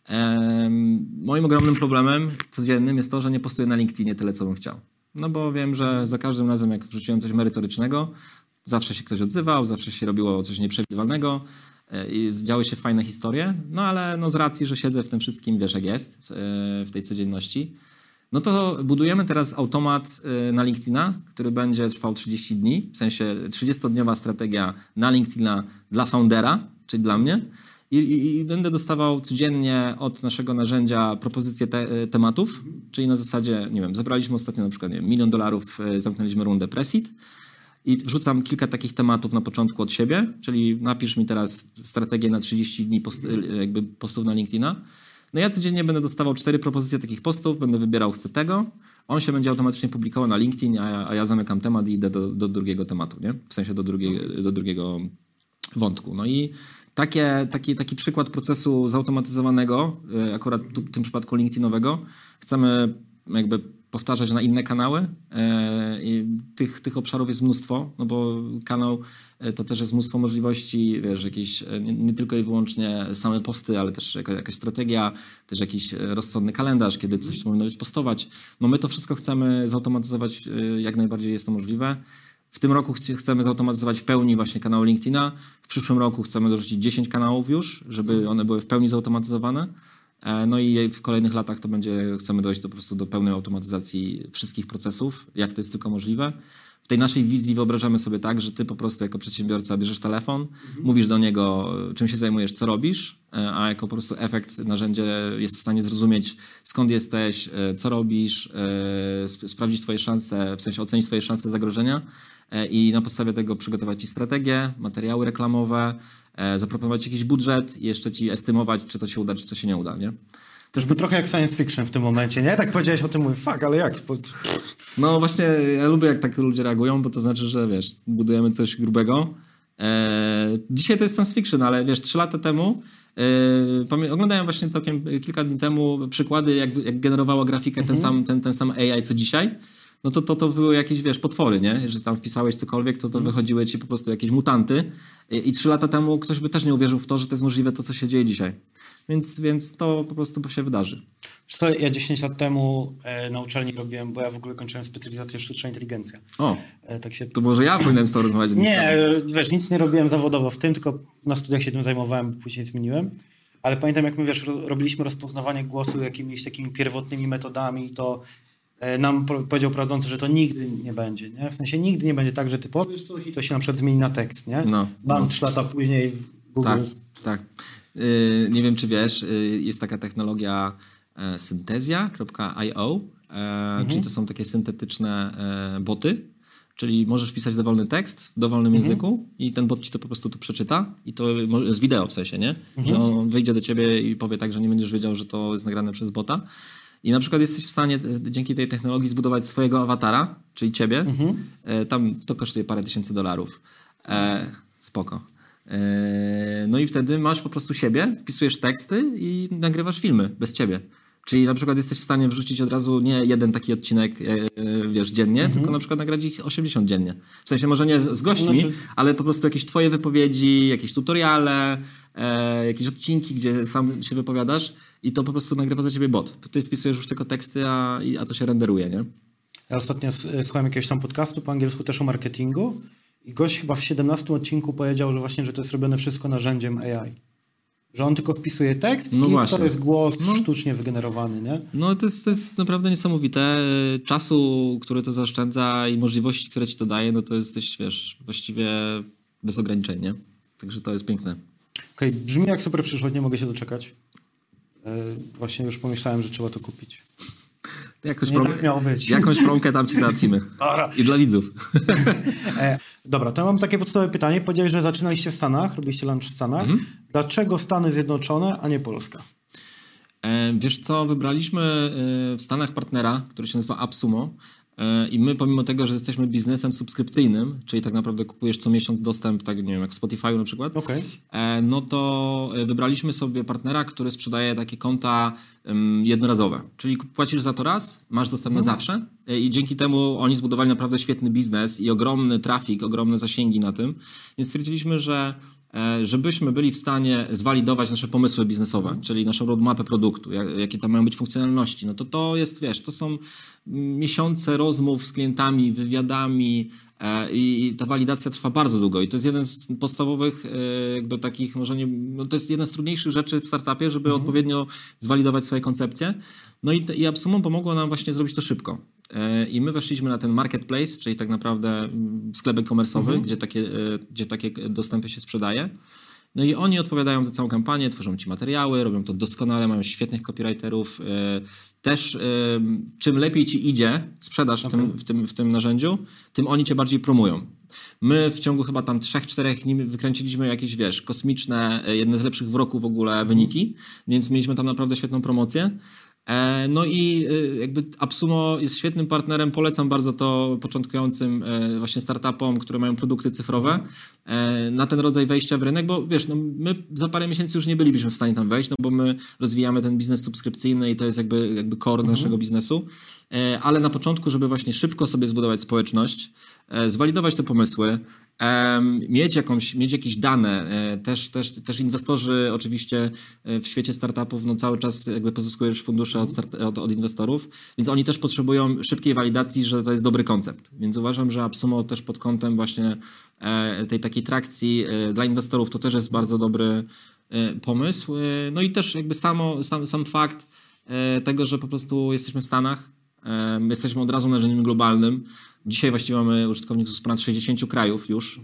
Moim ogromnym problemem codziennym jest to, że nie postuję na LinkedInie tyle, co bym chciał. No bo wiem, że za każdym razem, jak wrzuciłem coś merytorycznego, zawsze się ktoś odzywał, zawsze się robiło coś nieprzewidywalnego i działy się fajne historie, no ale no z racji, że siedzę w tym wszystkim, wiesz jak jest, w tej codzienności, no to budujemy teraz automat na LinkedIna, który będzie trwał 30 dni, w sensie 30-dniowa strategia na LinkedIna dla foundera, czyli dla mnie. I będę dostawał codziennie od naszego narzędzia propozycje tematów, czyli na zasadzie, nie wiem, zebraliśmy ostatnio na przykład $1 milion, zamknęliśmy rundę Pre-Seed i wrzucam kilka takich tematów na początku od siebie, czyli napisz mi teraz strategię na 30 dni postów na LinkedIna. No ja codziennie będę dostawał 4 propozycje takich postów, będę wybierał, chcę tego, on się będzie automatycznie publikował na LinkedIn, a ja zamykam temat i idę do drugiego tematu, nie? W sensie do drugiego wątku. No i taki przykład procesu zautomatyzowanego, akurat w tym przypadku LinkedInowego, chcemy jakby powtarzać na inne kanały. I tych obszarów jest mnóstwo, no bo kanał to też jest mnóstwo możliwości, wiesz, jakieś nie tylko i wyłącznie same posty, ale też jakaś strategia, też jakiś rozsądny kalendarz, kiedy coś powinno być postować. No my to wszystko chcemy zautomatyzować, jak najbardziej jest to możliwe. W tym roku chcemy zautomatyzować w pełni właśnie kanał LinkedIna. W przyszłym roku chcemy dorzucić 10 kanałów już, żeby one były w pełni zautomatyzowane. No i w kolejnych latach chcemy dojść po prostu do pełnej automatyzacji wszystkich procesów, jak to jest tylko możliwe. W tej naszej wizji wyobrażamy sobie tak, że ty po prostu jako przedsiębiorca bierzesz telefon, mówisz do niego, czym się zajmujesz, co robisz, a jako po prostu efekt narzędzie jest w stanie zrozumieć, skąd jesteś, co robisz, sprawdzić twoje szanse, w sensie ocenić twoje szanse zagrożenia i na podstawie tego przygotować ci strategię, materiały reklamowe, zaproponować jakiś budżet i jeszcze ci estymować, czy to się uda, czy to się nie uda, nie? To jest trochę jak science fiction w tym momencie, nie? Tak powiedziałeś o tym, mówię, ale jak? No właśnie, ja lubię, jak tak ludzie reagują, bo to znaczy, że wiesz, budujemy coś grubego. Dzisiaj to jest science fiction, ale wiesz, 3 lata temu oglądałem właśnie kilka dni temu przykłady, jak generowała grafikę ten sam AI, co dzisiaj. No to były jakieś, wiesz, potwory, nie? Jeżeli tam wpisałeś cokolwiek, to wychodziły ci po prostu jakieś mutanty. I 3 lata temu ktoś by też nie uwierzył w to, że to jest możliwe to, co się dzieje dzisiaj. Więc to po prostu się wydarzy. Co ja 10 lat temu na uczelni robiłem, bo ja w ogóle kończyłem specjalizację sztuczna inteligencja. To może ja powinienem z tą rozmawiać. Nie, wiesz, nic nie robiłem zawodowo w tym, tylko na studiach się tym zajmowałem, później zmieniłem. Ale pamiętam, jak my, wiesz, robiliśmy rozpoznawanie głosu jakimiś takimi pierwotnymi metodami, to nam powiedział prowadzący, że to nigdy nie będzie, nie? W sensie nigdy nie będzie tak, że ty powiesz coś i to się na przykład zmieni na tekst, nie? 3 lata później Google. Tak. Nie wiem, czy wiesz, jest taka technologia Synthesia.io, czyli to są takie syntetyczne boty, czyli możesz pisać dowolny tekst w dowolnym języku i ten bot ci to po prostu tu przeczyta i to z wideo w sensie, nie? I on wyjdzie do ciebie i powie tak, że nie będziesz wiedział, że to jest nagrane przez bota. I na przykład jesteś w stanie dzięki tej technologii zbudować swojego awatara, czyli ciebie. Tam to kosztuje parę tysięcy dolarów. Spoko. No i wtedy masz po prostu siebie, wpisujesz teksty i nagrywasz filmy bez ciebie. Czyli na przykład jesteś w stanie wrzucić od razu nie jeden taki odcinek, wiesz, dziennie, tylko na przykład nagrać ich 80 dziennie. W sensie może nie z gośćmi, ale po prostu jakieś twoje wypowiedzi, jakieś tutoriale, jakieś odcinki, gdzie sam się wypowiadasz i to po prostu nagrywa za ciebie bot. Ty wpisujesz już tylko teksty, a to się renderuje, nie? Ja ostatnio słuchałem jakiegoś tam podcastu po angielsku też o marketingu i gość chyba w 17 odcinku powiedział, że właśnie, że to jest robione wszystko narzędziem AI. Że on tylko wpisuje tekst i właśnie. To jest głos sztucznie wygenerowany, nie? No to jest naprawdę niesamowite. Czasu, który to zaoszczędza i możliwości, które ci to daje, no to jesteś, wiesz, właściwie bez ograniczeń, nie? Także to jest piękne. Okej, brzmi jak super przyszłość, nie mogę się doczekać. Właśnie już pomyślałem, że trzeba to kupić. Tak miało być. Jakąś promkę tam ci załatwimy. I dla widzów. Dobra, to ja mam takie podstawowe pytanie. Powiedziałeś, że zaczynaliście w Stanach, robiliście lunch w Stanach. Dlaczego Stany Zjednoczone, a nie Polska? Wiesz co, wybraliśmy w Stanach partnera, który się nazywa AppSumo. I my pomimo tego, że jesteśmy biznesem subskrypcyjnym, czyli tak naprawdę kupujesz co miesiąc dostęp, tak nie wiem, jak w Spotify'u na przykład, no to wybraliśmy sobie partnera, który sprzedaje takie konta jednorazowe. Czyli płacisz za to raz, masz dostęp na zawsze i dzięki temu oni zbudowali naprawdę świetny biznes i ogromny trafik, ogromne zasięgi na tym. Więc stwierdziliśmy, że żebyśmy byli w stanie zwalidować nasze pomysły biznesowe, czyli naszą roadmapę produktu, jakie tam mają być funkcjonalności, no to jest, wiesz, to są miesiące rozmów z klientami, wywiadami i ta walidacja trwa bardzo długo i to jest jeden z podstawowych jakby takich, może nie, no to jest jedna z trudniejszych rzeczy w startupie, żeby odpowiednio zwalidować swoje koncepcje. No i AppSumo pomogło nam właśnie zrobić to szybko. I my weszliśmy na ten marketplace, czyli tak naprawdę sklep e-commerce'owy, gdzie takie dostępy się sprzedaje. No i oni odpowiadają za całą kampanię, tworzą ci materiały, robią to doskonale, mają świetnych copywriterów. Też czym lepiej ci idzie sprzedaż w tym narzędziu, tym oni cię bardziej promują. My w ciągu chyba tam 3-4 dni wykręciliśmy jakieś, wiesz, kosmiczne, jedne z lepszych w roku w ogóle wyniki, więc mieliśmy tam naprawdę świetną promocję. No i jakby AppSumo jest świetnym partnerem, polecam bardzo to początkującym właśnie startupom, które mają produkty cyfrowe na ten rodzaj wejścia w rynek, bo wiesz, no my za parę miesięcy już nie bylibyśmy w stanie tam wejść, no bo my rozwijamy ten biznes subskrypcyjny i to jest jakby core naszego biznesu, ale na początku, żeby właśnie szybko sobie zbudować społeczność, zwalidować te pomysły, mieć jakieś dane, też inwestorzy oczywiście w świecie startupów, no cały czas jakby pozyskujesz fundusze od inwestorów, więc oni też potrzebują szybkiej walidacji, że to jest dobry koncept, więc uważam, że AppSumo też pod kątem właśnie tej takiej trakcji dla inwestorów to też jest bardzo dobry pomysł, no i też jakby sam fakt tego, że po prostu jesteśmy w Stanach, jesteśmy od razu narzędziem globalnym. Dzisiaj właściwie mamy użytkowników z ponad 60 krajów już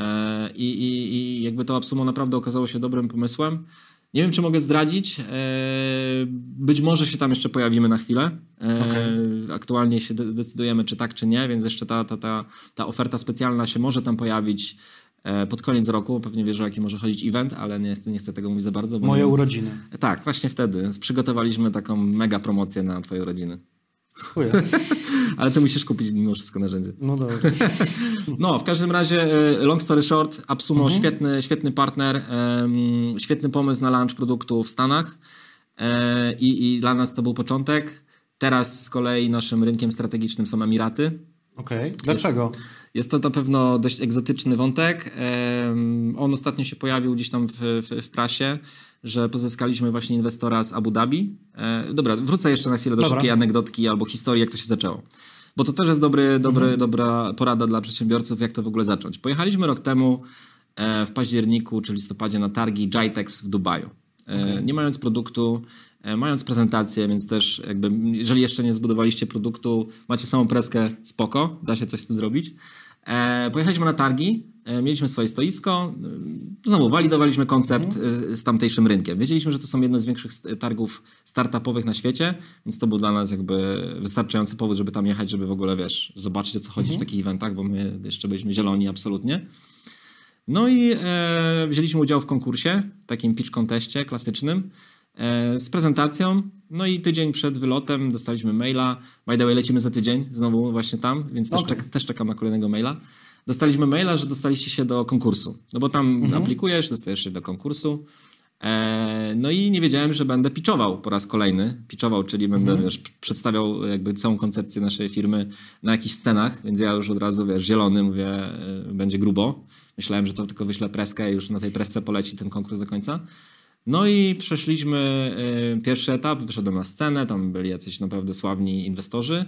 i jakby to AppSumo naprawdę okazało się dobrym pomysłem. Nie wiem, czy mogę zdradzić. Być może się tam jeszcze pojawimy na chwilę. Aktualnie się decydujemy, czy tak, czy nie, więc jeszcze ta oferta specjalna się może tam pojawić pod koniec roku. Pewnie wiesz, o jaki może chodzić event, ale nie chcę tego mówić za bardzo. Bo Moje urodziny. Tak, właśnie wtedy. Przygotowaliśmy taką mega promocję na twoje urodziny. Ale ty musisz kupić mimo wszystko narzędzie. No dobrze. No, w każdym razie, long story short, AppSumo świetny partner, świetny pomysł na launch produktu w Stanach i dla nas to był początek. Teraz z kolei naszym rynkiem strategicznym są Emiraty. Dlaczego? Jest to na pewno dość egzotyczny wątek. On ostatnio się pojawił gdzieś tam w prasie, że pozyskaliśmy właśnie inwestora z Abu Dhabi. Dobra, wrócę jeszcze na chwilę do szybkiej anegdotki albo historii, jak to się zaczęło. Bo to też jest dobra porada dla przedsiębiorców, jak to w ogóle zacząć. Pojechaliśmy rok temu w październiku czy listopadzie na targi GITEX w Dubaju. Nie mając produktu, mając prezentację, więc też jakby, jeżeli jeszcze nie zbudowaliście produktu, macie samą preskę, spoko, da się coś z tym zrobić. Pojechaliśmy na targi, mieliśmy swoje stoisko, znowu walidowaliśmy koncept z tamtejszym rynkiem. Wiedzieliśmy, że to są jedne z większych targów startupowych na świecie, więc to był dla nas jakby wystarczający powód, żeby tam jechać, żeby w ogóle, wiesz, zobaczyć, o co chodzi w takich eventach, bo my jeszcze byliśmy zieloni absolutnie. No i wzięliśmy udział w konkursie, takim pitch conteście klasycznym, z prezentacją, no i tydzień przed wylotem dostaliśmy maila, by the way lecimy za tydzień, znowu właśnie tam, więc też czekam na kolejnego maila. Dostaliśmy maila, że dostaliście się do konkursu, no bo tam aplikujesz, dostajesz się do konkursu No i nie wiedziałem, że będę pitchował po raz kolejny. Pitchował, czyli będę przedstawiał jakby całą koncepcję naszej firmy na jakichś scenach, więc ja już od razu, zielony, mówię, będzie grubo. Myślałem, że to tylko wyślę preskę i już na tej presce poleci ten konkurs do końca. No i przeszliśmy pierwszy etap, wyszedłem na scenę, tam byli jacyś naprawdę sławni inwestorzy.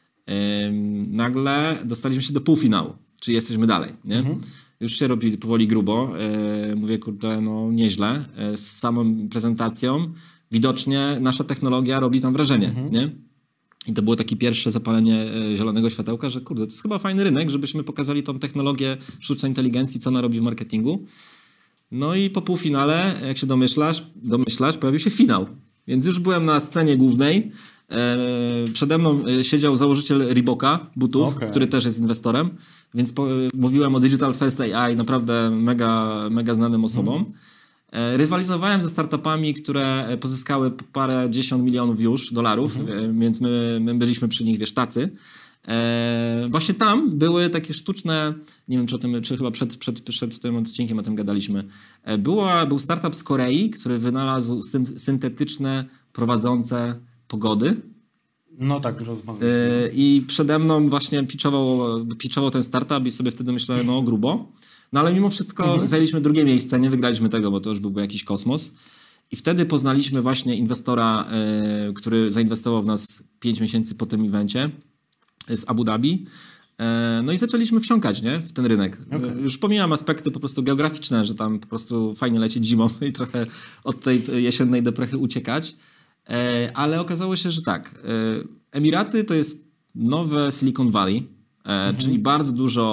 Nagle dostaliśmy się do półfinału, czyli jesteśmy dalej, nie? Już się robi powoli grubo. Mówię, kurde, no nieźle. Z samą prezentacją widocznie nasza technologia robi tam wrażenie, nie? I to było takie pierwsze zapalenie zielonego światełka, że kurde, to jest chyba fajny rynek, żebyśmy pokazali tą technologię sztucznej inteligencji, co ona robi w marketingu. No i po półfinale, jak się domyślasz, pojawił się finał. Więc już byłem na scenie głównej. Przede mną siedział założyciel Reeboka, butów, który też jest inwestorem. Więc mówiłem o Digital First AI naprawdę mega znanym osobom. Rywalizowałem ze startupami, które pozyskały parę dziesiąt milionów już dolarów, więc my byliśmy przy nich, tacy. Właśnie tam były takie sztuczne, nie wiem czy chyba przed tym odcinkiem o tym gadaliśmy. Był startup z Korei, który wynalazł syntetyczne, prowadzące pogody. No tak, rozmawialiśmy. I przede mną właśnie pitchował ten startup i sobie wtedy myślałem, no grubo. No ale mimo wszystko zajęliśmy drugie miejsce, nie wygraliśmy tego, bo to już byłby jakiś kosmos. I wtedy poznaliśmy właśnie inwestora, który zainwestował w nas 5 miesięcy po tym evencie z Abu Dhabi. No i zaczęliśmy wsiąkać, nie? W ten rynek. Już pomijam aspekty po prostu geograficzne, że tam po prostu fajnie lecieć zimą i trochę od tej jesiennej deprechy uciekać. Ale okazało się, że tak. Emiraty to jest nowe Silicon Valley, czyli bardzo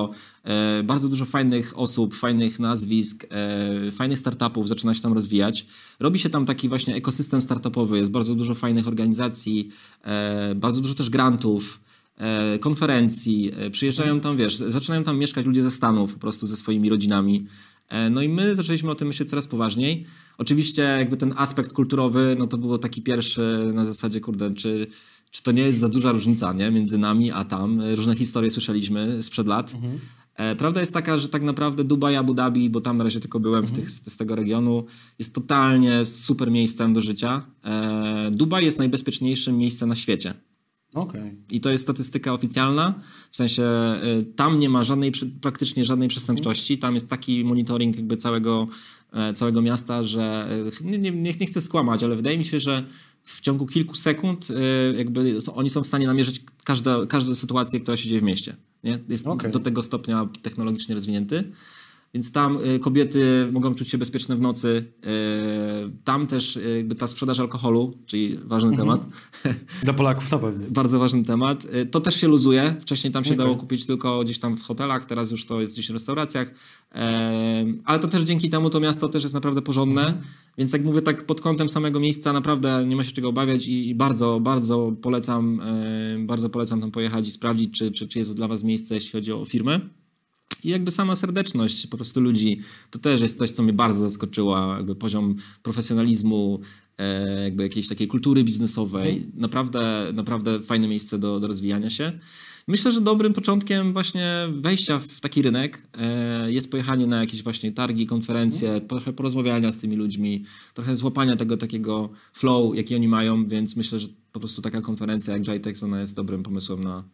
dużo fajnych osób, fajnych nazwisk, fajnych startupów zaczyna się tam rozwijać. Robi się tam taki właśnie ekosystem startupowy, jest bardzo dużo fajnych organizacji, bardzo dużo też grantów, konferencji, przyjeżdżają tam, zaczynają tam mieszkać ludzie ze Stanów po prostu ze swoimi rodzinami. No i my zaczęliśmy o tym myśleć coraz poważniej. Oczywiście jakby ten aspekt kulturowy, no to było taki pierwszy na zasadzie, kurde, czy to nie jest za duża różnica, nie? Między nami a tam. Różne historie słyszeliśmy sprzed lat. Prawda jest taka, że tak naprawdę Dubaj, Abu Dhabi, bo tam na razie tylko byłem z tego regionu, jest totalnie super miejscem do życia. Dubaj jest najbezpieczniejszym miejscem na świecie. I to jest statystyka oficjalna, w sensie tam nie ma praktycznie żadnej przestępczości, tam jest taki monitoring jakby całego miasta, że nie chcę skłamać, ale wydaje mi się, że w ciągu kilku sekund jakby oni są w stanie namierzyć każdą sytuację, która się dzieje w mieście. Nie? Jest do tego stopnia technologicznie rozwinięty. Więc tam kobiety mogą czuć się bezpieczne w nocy. Tam też jakby ta sprzedaż alkoholu, czyli ważny temat. Dla Polaków to pewnie. Bardzo ważny temat. To też się luzuje. Wcześniej tam się dało kupić tylko gdzieś tam w hotelach, teraz już to jest gdzieś w restauracjach. Ale to też dzięki temu to miasto też jest naprawdę porządne. Więc jak mówię tak pod kątem samego miejsca, naprawdę nie ma się czego obawiać i bardzo polecam tam pojechać i sprawdzić, czy jest dla was miejsce, jeśli chodzi o firmę. I jakby sama serdeczność po prostu ludzi, to też jest coś, co mnie bardzo zaskoczyło, jakby poziom profesjonalizmu, jakby jakiejś takiej kultury biznesowej. Naprawdę fajne miejsce do rozwijania się. Myślę, że dobrym początkiem właśnie wejścia w taki rynek jest pojechanie na jakieś właśnie targi, konferencje, trochę porozmawiania z tymi ludźmi, trochę złapania tego takiego flow, jaki oni mają, więc myślę, że po prostu taka konferencja jak GITEX, ona jest dobrym pomysłem na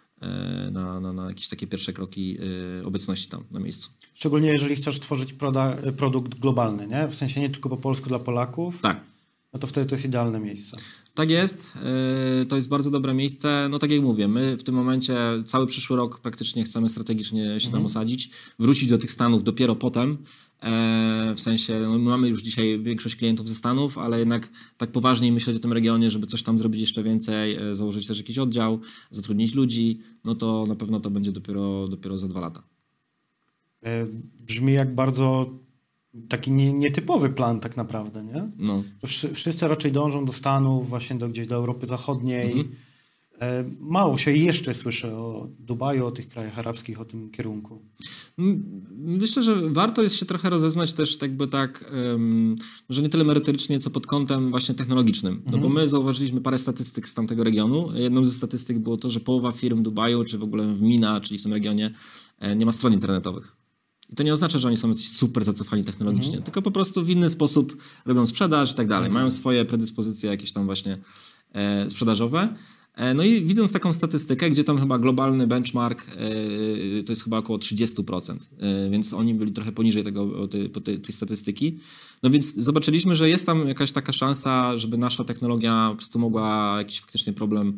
jakieś takie pierwsze kroki obecności tam na miejscu. Szczególnie jeżeli chcesz tworzyć produkt globalny, nie? W sensie nie tylko po polsku dla Polaków. Tak. No to wtedy to jest idealne miejsce. Tak jest. To jest bardzo dobre miejsce. No tak jak mówię, my w tym momencie cały przyszły rok praktycznie chcemy strategicznie się tam osadzić, wrócić do tych Stanów dopiero potem. W sensie, no mamy już dzisiaj większość klientów ze Stanów, ale jednak tak poważniej myśleć o tym regionie, żeby coś tam zrobić jeszcze więcej, założyć też jakiś oddział, zatrudnić ludzi, no to na pewno to będzie dopiero za 2 lata. Brzmi jak bardzo taki nietypowy plan tak naprawdę, nie? No. Wszyscy raczej dążą do Stanów, właśnie gdzieś do Europy Zachodniej. Mało się jeszcze słyszy o Dubaju, o tych krajach arabskich, o tym kierunku. Myślę, że warto jest się trochę rozeznać też jakby tak, może nie tyle merytorycznie, co pod kątem właśnie technologicznym. No bo my zauważyliśmy parę statystyk z tamtego regionu. Jedną ze statystyk było to, że połowa firm w Dubaju, czy w ogóle w MENA, czyli w tym regionie, nie ma stron internetowych. I to nie oznacza, że oni są jacyś super zacofani technologicznie, tylko po prostu w inny sposób robią sprzedaż i tak dalej. Mają swoje predyspozycje jakieś tam właśnie sprzedażowe. No i widząc taką statystykę, gdzie tam chyba globalny benchmark to jest chyba około 30%, więc oni byli trochę poniżej tej statystyki. No więc zobaczyliśmy, że jest tam jakaś taka szansa, żeby nasza technologia po prostu mogła jakiś faktycznie problem,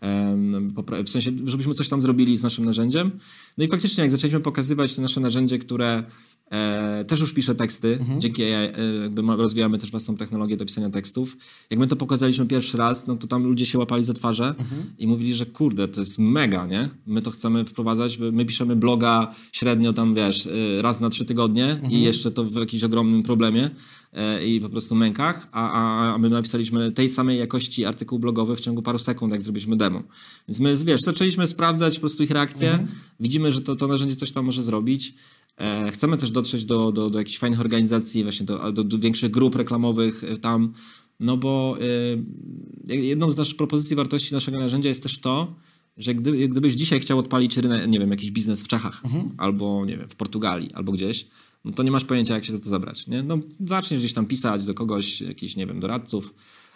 w sensie, żebyśmy coś tam zrobili z naszym narzędziem. No i faktycznie jak zaczęliśmy pokazywać to nasze narzędzie, które też już pisze teksty, dzięki AI jakby rozwijamy też własną technologię do pisania tekstów. Jak my to pokazaliśmy pierwszy raz, no to tam ludzie się łapali za twarze i mówili, że kurde, to jest mega, nie? My to chcemy wprowadzać, my piszemy bloga średnio tam, wiesz, raz na 3 tygodnie i jeszcze to w jakimś ogromnym problemie i po prostu mękach, a my napisaliśmy tej samej jakości artykuł blogowy w ciągu paru sekund, jak zrobiliśmy demo. Więc my, wiesz, zaczęliśmy sprawdzać po prostu ich reakcje, widzimy, że to narzędzie coś tam może zrobić. Chcemy też dotrzeć do jakichś fajnych organizacji, właśnie do większych grup reklamowych tam, no bo jedną z naszych propozycji wartości naszego narzędzia jest też to, że gdybyś dzisiaj chciał odpalić rynek, nie wiem, jakiś biznes w Czechach albo, nie wiem, w Portugalii albo gdzieś, no to nie masz pojęcia, jak się za to zabrać, nie? No zaczniesz gdzieś tam pisać do kogoś, jakichś, nie wiem, doradców,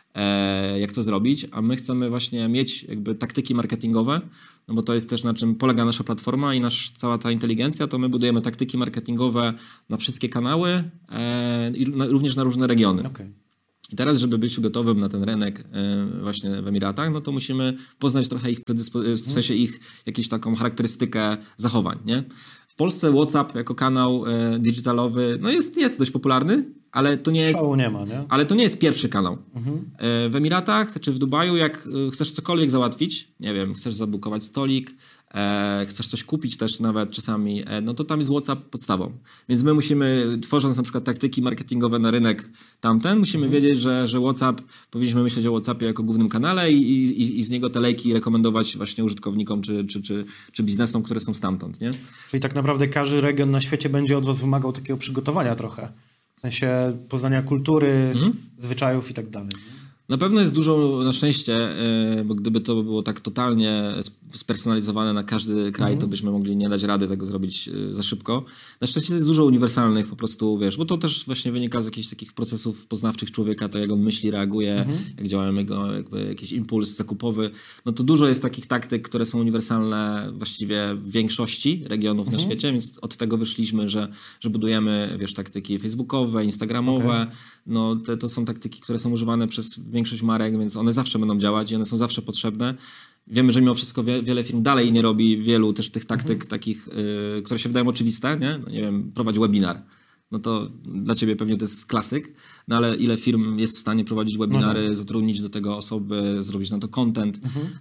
jak to zrobić, a my chcemy właśnie mieć jakby taktyki marketingowe, no bo to jest też na czym polega nasza platforma i cała ta inteligencja, to my budujemy taktyki marketingowe na wszystkie kanały i również na różne regiony. Okay. I teraz, żeby być gotowym na ten rynek właśnie w Emiratach, no to musimy poznać trochę ich w sensie ich jakąś taką charakterystykę zachowań, nie? W Polsce WhatsApp jako kanał digitalowy no jest dość popularny, ale to nie jest... Szału nie ma, nie? Ale to nie jest pierwszy kanał. W Emiratach czy w Dubaju, jak chcesz cokolwiek załatwić, nie wiem, chcesz zabukować stolik, chcesz coś kupić też nawet czasami, no to tam jest WhatsApp podstawą. Więc my musimy, tworząc na przykład taktyki marketingowe na rynek tamten, musimy wiedzieć, że WhatsApp, powinniśmy myśleć o WhatsAppie jako głównym kanale i z niego te lejki rekomendować właśnie użytkownikom czy biznesom, które są stamtąd, nie? Czyli tak naprawdę każdy region na świecie będzie od was wymagał takiego przygotowania trochę. W sensie poznania kultury, zwyczajów i tak dalej. Na pewno jest dużo, na szczęście, bo gdyby to było tak totalnie spersonalizowane na każdy kraj, to byśmy mogli nie dać rady tego zrobić za szybko. Na szczęście jest dużo uniwersalnych po prostu, wiesz, bo to też właśnie wynika z jakichś takich procesów poznawczych człowieka, to jak on myśli, reaguje, jak działa jego jakby jakiś impuls zakupowy. No to dużo jest takich taktyk, które są uniwersalne właściwie w większości regionów na świecie, więc od tego wyszliśmy, że budujemy, wiesz, taktyki facebookowe, instagramowe. No to są taktyki, które są używane przez większość marek, więc one zawsze będą działać i one są zawsze potrzebne. Wiemy, że mimo wszystko wiele firm dalej nie robi wielu też tych taktyk takich, które się wydają oczywiste, nie? No, nie wiem, prowadź webinar. No to dla ciebie pewnie to jest klasyk, no ale ile firm jest w stanie prowadzić webinary, zatrudnić do tego osoby, zrobić na to content.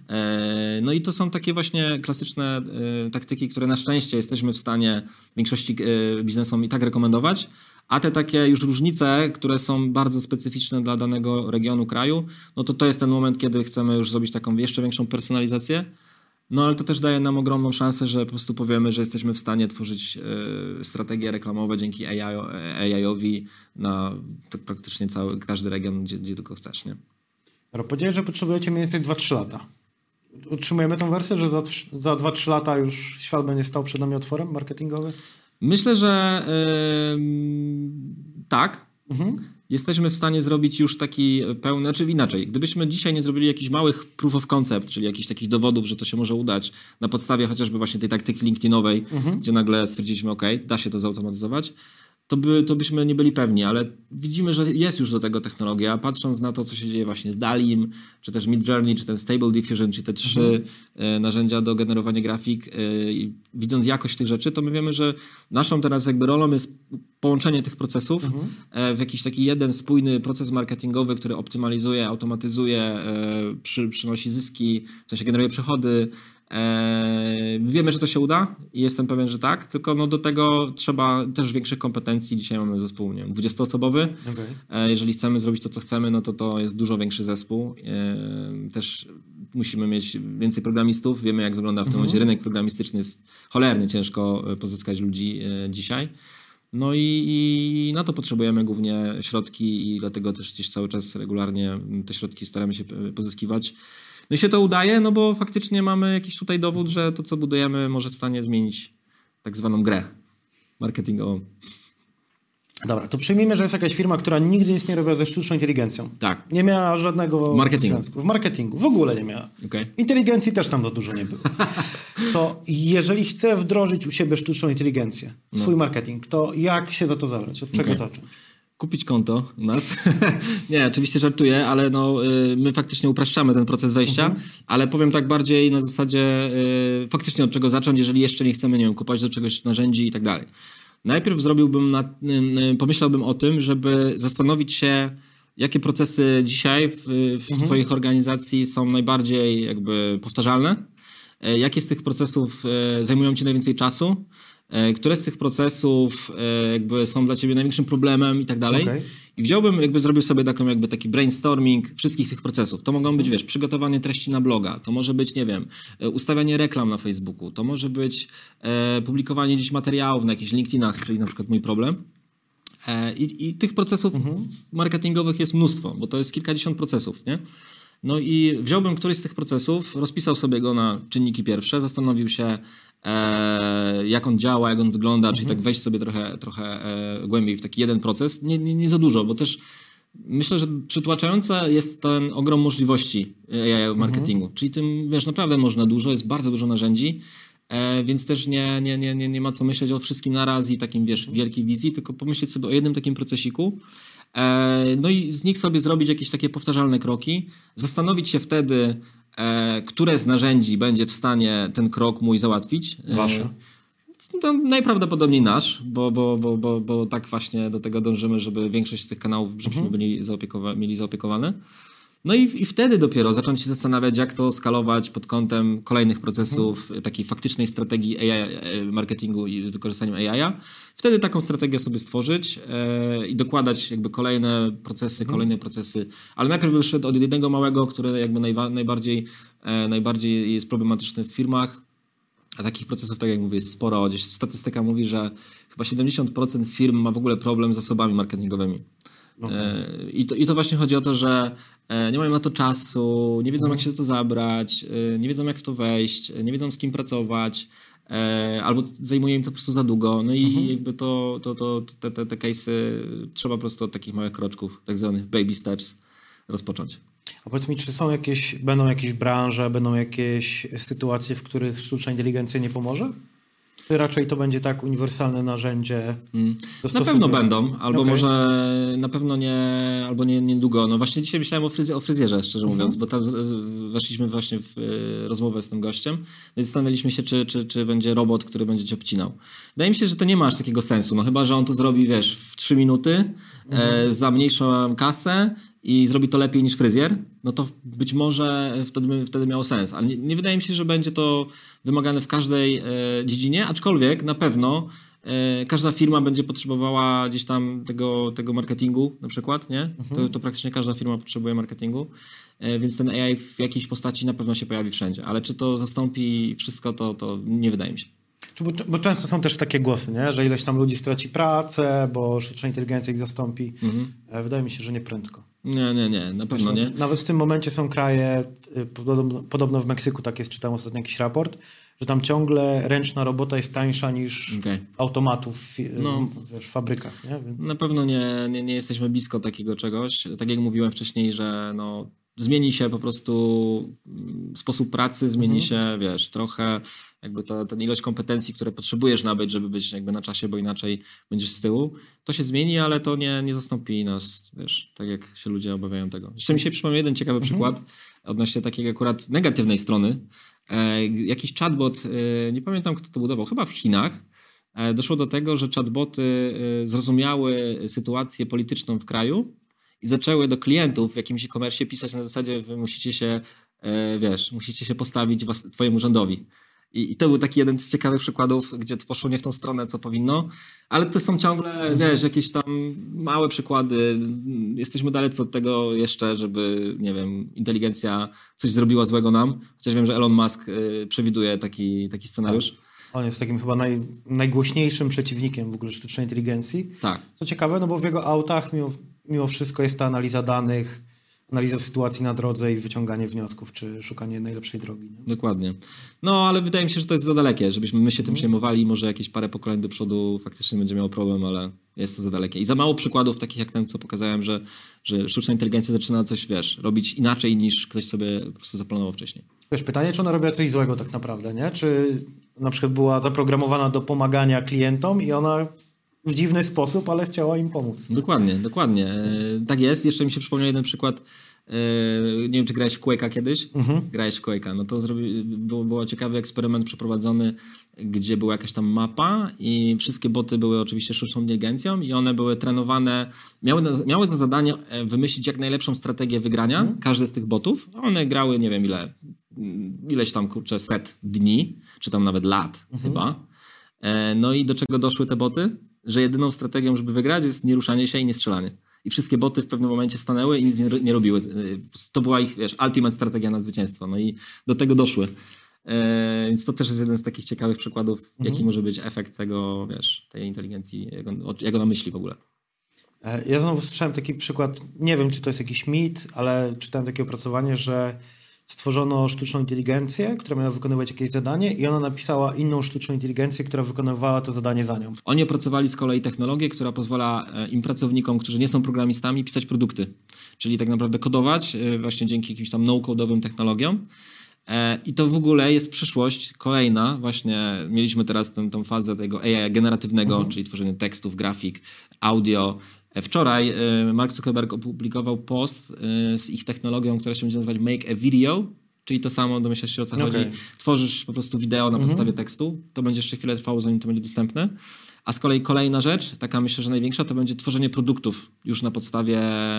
No i to są takie właśnie klasyczne taktyki, które na szczęście jesteśmy w stanie większości biznesom i tak rekomendować. A te takie już różnice, które są bardzo specyficzne dla danego regionu, kraju, no to jest ten moment, kiedy chcemy już zrobić taką jeszcze większą personalizację. No ale to też daje nam ogromną szansę, że po prostu powiemy, że jesteśmy w stanie tworzyć strategie reklamowe dzięki AI-owi na praktycznie każdy region, gdzie tylko chcesz, nie? Powiedziałeś, że potrzebujecie mniej więcej 2-3 lata. Utrzymujemy tą wersję, że za 2-3 lata już świat będzie stał przed nami otworem marketingowym? Myślę, że tak. Jesteśmy w stanie zrobić już taki pełny, czy inaczej, gdybyśmy dzisiaj nie zrobili jakichś małych proof of concept, czyli jakichś takich dowodów, że to się może udać na podstawie chociażby właśnie tej taktyki LinkedInowej, gdzie nagle stwierdziliśmy, ok, da się to zautomatyzować, to byśmy nie byli pewni, ale widzimy, że jest już do tego technologia, patrząc na to, co się dzieje właśnie z Dalim, czy też Midjourney, czy ten Stable Diffusion, czy te 3 narzędzia do generowania grafik, widząc jakość tych rzeczy, to my wiemy, że naszą teraz jakby rolą jest połączenie tych procesów w jakiś taki jeden spójny proces marketingowy, który optymalizuje, automatyzuje, przynosi zyski, w sensie generuje przychody. Wiemy, że to się uda i jestem pewien, że tak, tylko no do tego trzeba też większych kompetencji. Dzisiaj mamy zespół, nie wiem, 20-osobowy. Jeżeli chcemy zrobić to, co chcemy, no to jest dużo większy zespół. Też musimy mieć więcej programistów. Wiemy, jak wygląda w tym momencie rynek programistyczny. Jest cholernie ciężko pozyskać ludzi dzisiaj. No i na to potrzebujemy głównie środki i dlatego też gdzieś cały czas regularnie te środki staramy się pozyskiwać. No i się to udaje, no bo faktycznie mamy jakiś tutaj dowód, że to, co budujemy, może w stanie zmienić tak zwaną grę. marketingową. Dobra, to przyjmijmy, że jest jakaś firma, która nigdy nic nie robiła ze sztuczną inteligencją. Tak. Nie miała żadnego związku. W marketingu. W ogóle nie miała. Okay. Inteligencji też tam za dużo nie było. To jeżeli chce wdrożyć u siebie sztuczną inteligencję w swój marketing, to jak się za to zabrać? Od czego zacząć? Kupić konto u nas. Nie, oczywiście żartuję, ale my faktycznie upraszczamy ten proces wejścia, ale powiem tak bardziej na zasadzie faktycznie od czego zacząć, jeżeli jeszcze nie chcemy, nie wiem, kupować do czegoś narzędzi i tak dalej. Najpierw pomyślałbym o tym, żeby zastanowić się, jakie procesy dzisiaj w twoich organizacji są najbardziej jakby powtarzalne, jakie z tych procesów zajmują ci najwięcej czasu, które z tych procesów jakby są dla ciebie największym problemem i tak dalej. Okay. I wziąłbym, zrobił sobie taki brainstorming wszystkich tych procesów. To mogą być, przygotowanie treści na bloga, to może być, nie wiem, ustawianie reklam na Facebooku, to może być publikowanie gdzieś materiałów na jakichś LinkedInach, czyli na przykład mój problem. I tych procesów marketingowych jest mnóstwo, bo to jest kilkadziesiąt procesów, nie? No i wziąłbym któryś z tych procesów, rozpisał sobie go na czynniki pierwsze, zastanowił się, jak on działa, jak on wygląda, czyli tak wejść sobie trochę głębiej w taki jeden proces. Nie za dużo, bo też myślę, że przytłaczające jest ten ogrom możliwości AI marketingu. Czyli tym, naprawdę można dużo, jest bardzo dużo narzędzi, więc też nie ma co myśleć o wszystkim naraz i takim, wielkiej wizji, tylko pomyśleć sobie o jednym takim procesiku. No i z nich sobie zrobić jakieś takie powtarzalne kroki, zastanowić się wtedy, które z narzędzi będzie w stanie ten krok mój załatwić. Wasze? To najprawdopodobniej nasz, bo tak właśnie do tego dążymy, żeby większość z tych kanałów żebyśmy mieli zaopiekowane. No i wtedy dopiero zacząć się zastanawiać, jak to skalować pod kątem kolejnych procesów, takiej faktycznej strategii AI, marketingu i wykorzystaniem AI. Wtedy taką strategię sobie stworzyć i dokładać jakby kolejne procesy. Ale najpierw bym szedł od jednego małego, który jakby najbardziej jest problematyczny w firmach. A takich procesów, tak jak mówię, jest sporo. Gdzieś statystyka mówi, że chyba 70% firm ma w ogóle problem z zasobami marketingowymi. Okay. I to właśnie chodzi o to, że nie mają na to czasu, nie wiedzą jak się za to zabrać, nie wiedzą jak w to wejść, nie wiedzą z kim pracować, albo zajmuje im to po prostu za długo. No i jakby te case'y trzeba po prostu od takich małych kroczków, tak zwanych baby steps rozpocząć. A powiedz mi, czy będą jakieś branże, będą jakieś sytuacje, w których sztuczna inteligencja nie pomoże? Czy raczej to będzie tak uniwersalne narzędzie? Na pewno będą, albo może na pewno nie, albo nie niedługo. No właśnie dzisiaj myślałem o fryzjerze, szczerze mówiąc, bo tam weszliśmy właśnie w rozmowę z tym gościem i zastanawialiśmy się, czy będzie robot, który będzie cię obcinał. Wydaje mi się, że to nie ma aż takiego sensu, no chyba, że on to zrobi, w 3 minuty za mniejszą kasę i zrobi to lepiej niż fryzjer, no to być może wtedy miało sens. Ale nie wydaje mi się, że będzie to wymagane w każdej dziedzinie, aczkolwiek na pewno każda firma będzie potrzebowała gdzieś tam tego marketingu na przykład, nie? To praktycznie każda firma potrzebuje marketingu, więc ten AI w jakiejś postaci na pewno się pojawi wszędzie. Ale czy to zastąpi wszystko, to nie wydaje mi się. Bo często są też takie głosy, nie? Że ileś tam ludzi straci pracę, bo sztuczna inteligencja ich zastąpi. Wydaje mi się, że nie prędko. Nie, na pewno nie. Nawet w tym momencie są kraje, podobno w Meksyku tak jest, czytałem ostatnio jakiś raport, że tam ciągle ręczna robota jest tańsza niż automatów w fabrykach. Nie? Więc... Na pewno nie jesteśmy blisko takiego czegoś. Tak jak mówiłem wcześniej, że zmieni się po prostu sposób pracy, zmieni się, trochę jakby ta ilość kompetencji, które potrzebujesz nabyć, żeby być jakby na czasie, bo inaczej będziesz z tyłu. To się zmieni, ale to nie zastąpi nas, tak jak się ludzie obawiają tego. Jeszcze mi się przypomniał jeden ciekawy przykład odnośnie takiej akurat negatywnej strony. Jakiś chatbot, nie pamiętam kto to budował, chyba w Chinach, doszło do tego, że chatboty zrozumiały sytuację polityczną w kraju i zaczęły do klientów w jakimś e-commerce pisać na zasadzie, wy musicie się postawić twojemu rządowi. I to był taki jeden z ciekawych przykładów, gdzie to poszło nie w tą stronę, co powinno, ale to są ciągle, jakieś tam małe przykłady. Jesteśmy dalece od tego jeszcze, żeby, inteligencja coś zrobiła złego nam. Chociaż wiem, że Elon Musk przewiduje taki scenariusz. On jest takim chyba najgłośniejszym przeciwnikiem w ogóle sztucznej inteligencji. Tak. Co ciekawe, bo w jego autach mimo wszystko jest ta analiza danych, analiza sytuacji na drodze i wyciąganie wniosków, czy szukanie najlepszej drogi. Nie? Dokładnie. No, ale wydaje mi się, że to jest za dalekie, żebyśmy my się tym przejmowali. Może jakieś parę pokoleń do przodu faktycznie będzie miało problem, ale jest to za dalekie. I za mało przykładów takich jak ten, co pokazałem, że sztuczna inteligencja zaczyna coś, robić inaczej niż ktoś sobie po prostu zaplanował wcześniej. Wiesz, pytanie, czy ona robiła coś złego tak naprawdę, nie? Czy na przykład była zaprogramowana do pomagania klientom i ona w dziwny sposób, ale chciała im pomóc. Nie? Dokładnie. Tak jest. Jeszcze mi się przypomniał jeden przykład. Nie wiem, czy grałeś w Quake'a kiedyś? Grałeś w Quake'a. No to był ciekawy eksperyment przeprowadzony, gdzie była jakaś tam mapa i wszystkie boty były oczywiście sztuczną inteligencją i one były trenowane, miały za zadanie wymyślić jak najlepszą strategię wygrania, każdy z tych botów. One grały, nie wiem ileś tam, set dni, czy tam nawet lat chyba. No i do czego doszły te boty? Że jedyną strategią, żeby wygrać, jest nieruszanie się i niestrzelanie. I wszystkie boty w pewnym momencie stanęły i nic nie robiły. To była ich, ultimate strategia na zwycięstwo. No i do tego doszły. Więc to też jest jeden z takich ciekawych przykładów, jaki może być efekt tego, tej inteligencji, jak ona myśli w ogóle. Ja znowu słyszałem taki przykład, nie wiem, czy to jest jakiś mit, ale czytałem takie opracowanie, że stworzono sztuczną inteligencję, która miała wykonywać jakieś zadanie i ona napisała inną sztuczną inteligencję, która wykonywała to zadanie za nią. Oni opracowali z kolei technologię, która pozwala im pracownikom, którzy nie są programistami, pisać produkty. Czyli tak naprawdę kodować właśnie dzięki jakimś tam no-codowym technologiom. I to w ogóle jest przyszłość kolejna. Właśnie mieliśmy teraz tą fazę tego AI generatywnego, czyli tworzenie tekstów, grafik, audio. Wczoraj Mark Zuckerberg opublikował post z ich technologią, która się będzie nazywać Make a Video, czyli to samo, domyślasz się o co chodzi. Tworzysz po prostu wideo na podstawie tekstu. To będzie jeszcze chwilę trwało, zanim to będzie dostępne. A z kolei kolejna rzecz, taka myślę, że największa, to będzie tworzenie produktów już na podstawie,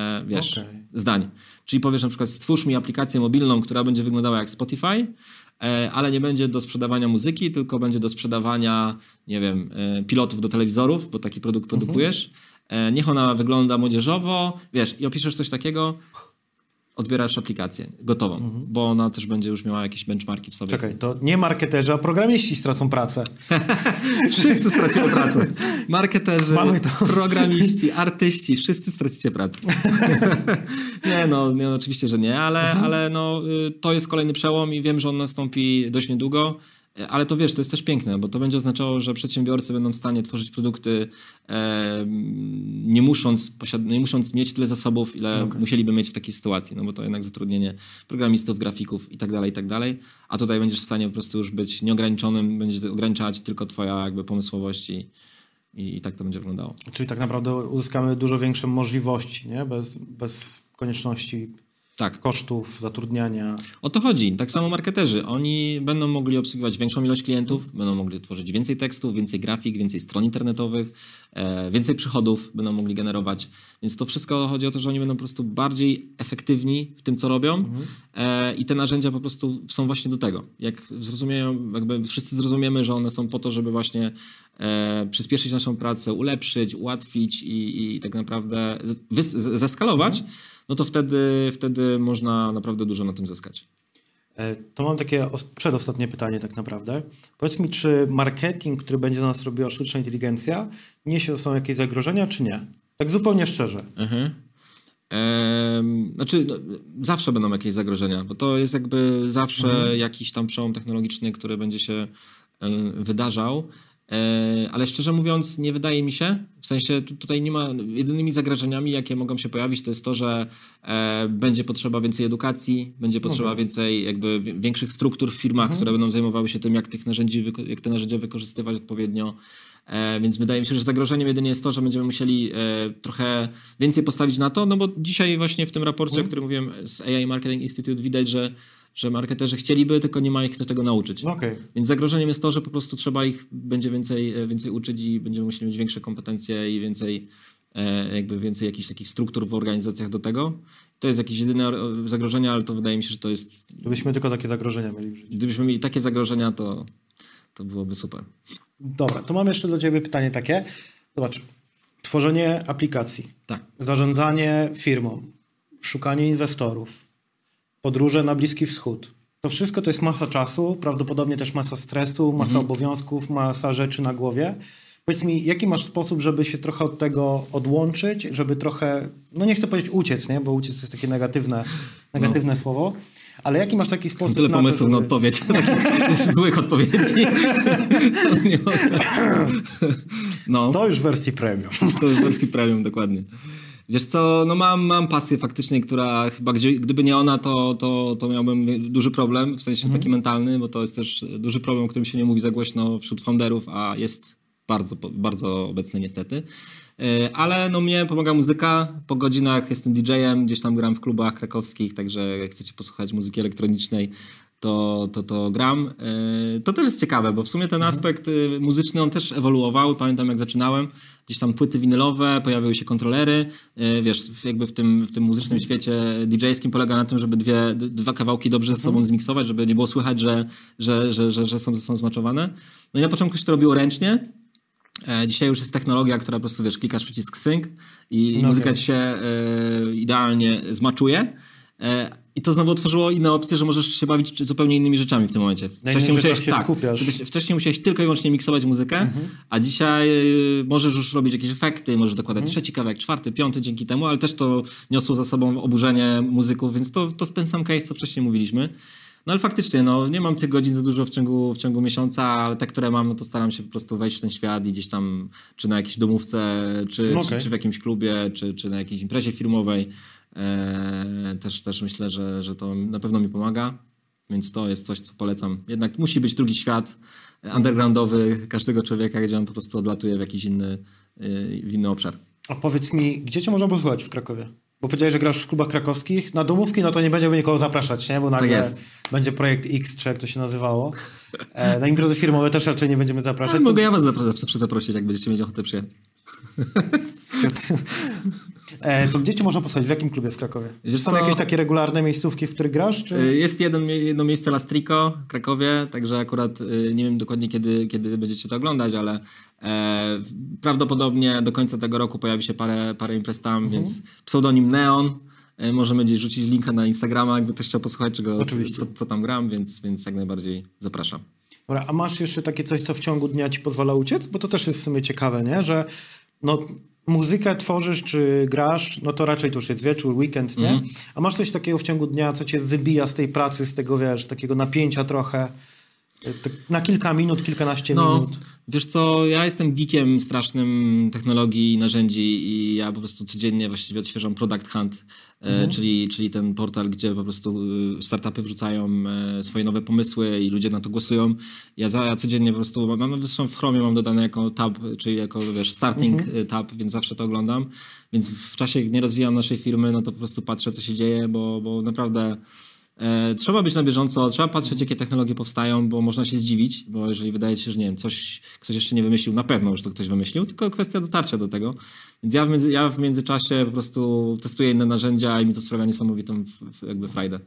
zdań. Czyli powiesz na przykład, stwórz mi aplikację mobilną, która będzie wyglądała jak Spotify, ale nie będzie do sprzedawania muzyki, tylko będzie do sprzedawania, nie wiem, pilotów do telewizorów, bo taki produkt produkujesz. Niech ona wygląda młodzieżowo, i opiszesz coś takiego, odbierasz aplikację gotową, bo ona też będzie już miała jakieś benchmarki w sobie. Czekaj, to nie marketerzy, a programiści stracą pracę. Wszyscy stracimy pracę. Marketerzy, programiści, artyści, wszyscy stracicie pracę. nie, oczywiście, że nie, ale to jest kolejny przełom i wiem, że on nastąpi dość niedługo. Ale to to jest też piękne, bo to będzie oznaczało, że przedsiębiorcy będą w stanie tworzyć produkty nie musząc mieć tyle zasobów, ile musieliby mieć w takiej sytuacji, bo to jednak zatrudnienie programistów, grafików i tak dalej, a tutaj będziesz w stanie po prostu już być nieograniczonym, będzie ograniczać tylko twoja pomysłowość i tak to będzie wyglądało. Czyli tak naprawdę uzyskamy dużo większe możliwości, nie? Bez konieczności kosztów, zatrudniania. O to chodzi. Tak samo marketerzy. Oni będą mogli obsługiwać większą ilość klientów, będą mogli tworzyć więcej tekstów, więcej grafik, więcej stron internetowych, więcej przychodów będą mogli generować. Więc to wszystko chodzi o to, że oni będą po prostu bardziej efektywni w tym, co robią i te narzędzia po prostu są właśnie do tego. Jak zrozumieją, wszyscy zrozumiemy, że one są po to, żeby właśnie przyspieszyć naszą pracę, ulepszyć, ułatwić i tak naprawdę zeskalować, no to wtedy można naprawdę dużo na tym zyskać. To mam takie przedostatnie pytanie tak naprawdę. Powiedz mi, czy marketing, który będzie za nas robiła sztuczna inteligencja, niesie ze sobą jakieś zagrożenia, czy nie? Tak zupełnie szczerze. Zawsze będą jakieś zagrożenia, bo to jest zawsze jakiś tam przełom technologiczny, który będzie się wydarzał. Ale szczerze mówiąc nie wydaje mi się, w sensie tutaj nie ma, jedynymi zagrożeniami jakie mogą się pojawić to jest to, że będzie potrzeba więcej edukacji, będzie potrzeba więcej większych struktur w firmach, które będą zajmowały się tym jak te narzędzia wykorzystywać odpowiednio. Więc wydaje mi się, że zagrożeniem jedynie jest to, że będziemy musieli trochę więcej postawić na to, bo dzisiaj właśnie w tym raporcie, o którym mówiłem z AI Marketing Institute widać, że marketerzy chcieliby, tylko nie ma ich do tego nauczyć. Więc zagrożeniem jest to, że po prostu trzeba ich będzie więcej uczyć i będziemy musieli mieć większe kompetencje i więcej jakichś takich struktur w organizacjach do tego. To jest jakieś jedyne zagrożenie, ale to wydaje mi się, że to jest... Gdybyśmy tylko takie zagrożenia mieli w życiu. Gdybyśmy mieli takie zagrożenia, to byłoby super. Dobra, to mam jeszcze do ciebie pytanie takie. Zobacz, tworzenie aplikacji, zarządzanie firmą, szukanie inwestorów, podróże na Bliski Wschód. To wszystko to jest masa czasu, prawdopodobnie też masa stresu, masa obowiązków, masa rzeczy na głowie. Powiedz mi, jaki masz sposób, żeby się trochę od tego odłączyć, żeby trochę, no nie chcę powiedzieć uciec, nie? Bo uciec jest takie negatywne słowo, ale jaki masz taki sposób tyle na pomysłów to, żeby... na odpowiedź, takich złych odpowiedzi. No. To już w wersji premium. To jest w wersji premium, dokładnie. Wiesz co, no mam pasję faktycznie, która chyba, gdyby nie ona, to miałbym duży problem, w sensie taki mentalny, bo to jest też duży problem, o którym się nie mówi za głośno wśród founderów, a jest bardzo, bardzo obecny niestety. Ale no mnie pomaga muzyka, po godzinach jestem DJ-em, gdzieś tam gram w klubach krakowskich, także jak chcecie posłuchać muzyki elektronicznej, to gram. To też jest ciekawe, bo w sumie ten aspekt muzyczny on też ewoluował. Pamiętam jak zaczynałem, gdzieś tam płyty winylowe, pojawiły się kontrolery. Wiesz, jakby w tym muzycznym świecie DJ-skim polega na tym, żeby dwa kawałki dobrze ze sobą zmiksować, żeby nie było słychać, że są ze sobą zmaczowane. No i na początku się to robiło ręcznie. Dzisiaj już jest technologia, która po prostu, wiesz, klikasz przycisk sync i muzyka ci się idealnie zmaczuje. I to znowu otworzyło inne opcje, że możesz się bawić zupełnie innymi rzeczami w tym momencie. Wcześniej musiałeś tylko i wyłącznie miksować muzykę, a dzisiaj możesz już robić jakieś efekty, możesz dokładać trzeci kawałek, czwarty, piąty dzięki temu, ale też to niosło za sobą oburzenie muzyków, więc to ten sam case, co wcześniej mówiliśmy. No ale faktycznie, no nie mam tych godzin za dużo w ciągu miesiąca, ale te, które mam, no to staram się po prostu wejść w ten świat i gdzieś tam, czy na jakiejś domówce, czy w jakimś klubie, czy na jakiejś imprezie firmowej. Też myślę, że to na pewno mi pomaga, więc to jest coś, co polecam. Jednak musi być drugi świat undergroundowy każdego człowieka, gdzie on po prostu odlatuje w jakiś inny obszar. A powiedz mi, gdzie cię można posłuchać w Krakowie? Bo powiedziałeś, że grasz w klubach krakowskich. Na domówki no to nie będziemy nikogo zapraszać, nie? Bo nagle będzie projekt X, czy jak to się nazywało. Na imprezy firmowe też raczej nie będziemy zapraszać. Mogę ja was zaprosić, jak będziecie mieli ochotę przyjechać. To gdzie cię można posłuchać? W jakim klubie w Krakowie? Czy są jakieś takie regularne miejscówki, w których grasz? Czy? Jest jedno miejsce Lastrico w Krakowie, także akurat nie wiem dokładnie kiedy będziecie to oglądać, ale prawdopodobnie do końca tego roku pojawi się parę imprez tam, więc pseudonim Neon. Możemy gdzieś rzucić linka na Instagrama, jakby ktoś chciał posłuchać co tam gram, więc jak najbardziej zapraszam. Dobra, a masz jeszcze takie coś, co w ciągu dnia ci pozwala uciec? Bo to też jest w sumie ciekawe, nie? Że no, muzykę tworzysz czy grasz, no to raczej to już jest wieczór, weekend, nie? A masz coś takiego w ciągu dnia, co cię wybija z tej pracy, z tego, wiesz, takiego napięcia trochę, na kilka minut, kilkanaście minut? Wiesz co, ja jestem geekiem strasznym technologii, narzędzi i ja po prostu codziennie właściwie odświeżam Product Hunt, czyli ten portal, gdzie po prostu startupy wrzucają swoje nowe pomysły i ludzie na to głosują. Ja codziennie po prostu, zresztą w Chromie mam dodane jako tab, czyli jako, wiesz, starting tab, więc zawsze to oglądam. Więc w czasie, gdy nie rozwijam naszej firmy, no to po prostu patrzę, co się dzieje, bo naprawdę... Trzeba być na bieżąco, trzeba patrzeć, jakie technologie powstają, bo można się zdziwić, bo jeżeli wydaje się, że nie wiem, ktoś jeszcze nie wymyślił, na pewno już to ktoś wymyślił, tylko kwestia dotarcia do tego. Więc ja w międzyczasie po prostu testuję inne narzędzia i mi to sprawia niesamowitą jakby frajdę.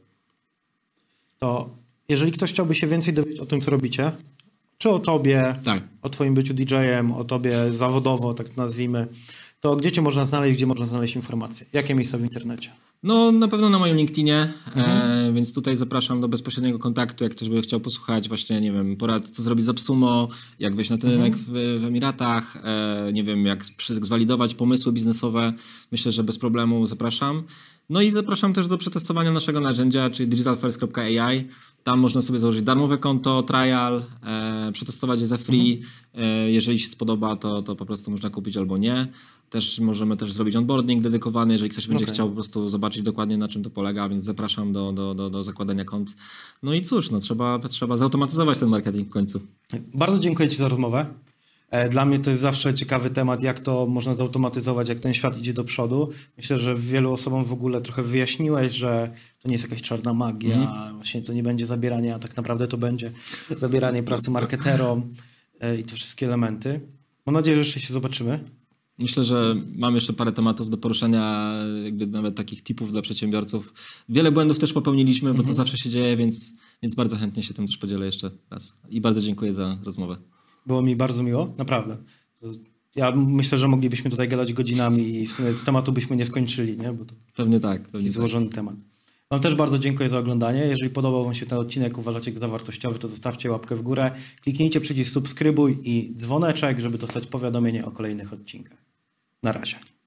To jeżeli ktoś chciałby się więcej dowiedzieć o tym, co robicie, czy o tobie, o twoim byciu DJ-em, o tobie zawodowo, tak to nazwijmy, to gdzie cię można znaleźć, gdzie można znaleźć informacje? Jakie miejsca w internecie? No na pewno na moim LinkedInie, więc tutaj zapraszam do bezpośredniego kontaktu, jak ktoś by chciał posłuchać właśnie, nie wiem, porad, co zrobić z AppSumo, jak wejść na ten rynek w Emiratach, nie wiem, jak zwalidować pomysły biznesowe. Myślę, że bez problemu zapraszam. No i zapraszam też do przetestowania naszego narzędzia, czyli digitalfirst.ai. Tam można sobie założyć darmowe konto, trial, przetestować je za free. Jeżeli się spodoba, to po prostu można kupić albo nie. Możemy też zrobić onboarding dedykowany, jeżeli ktoś będzie chciał po prostu zobaczyć dokładnie, na czym to polega, więc zapraszam do zakładania kont. No i cóż, no trzeba zautomatyzować ten marketing w końcu. Bardzo dziękuję ci za rozmowę. Dla mnie to jest zawsze ciekawy temat, jak to można zautomatyzować, jak ten świat idzie do przodu. Myślę, że wielu osobom w ogóle trochę wyjaśniłeś, że to nie jest jakaś czarna magia, właśnie to nie będzie zabieranie, a tak naprawdę to będzie zabieranie pracy marketerom i te wszystkie elementy. Mam nadzieję, że jeszcze się zobaczymy. Myślę, że mam jeszcze parę tematów do poruszenia, jakby nawet takich tipów dla przedsiębiorców. Wiele błędów też popełniliśmy, bo to zawsze się dzieje, więc bardzo chętnie się tym też podzielę jeszcze raz. I bardzo dziękuję za rozmowę. Było mi bardzo miło, naprawdę. Ja myślę, że moglibyśmy tutaj gadać godzinami i w sumie z tematu byśmy nie skończyli, nie? Bo to pewnie tak. Złożony temat. Wam też bardzo dziękuję za oglądanie. Jeżeli podobał Wam się ten odcinek, uważacie go za wartościowy, to zostawcie łapkę w górę, kliknijcie przycisk subskrybuj i dzwoneczek, żeby dostać powiadomienie o kolejnych odcinkach. Na razie.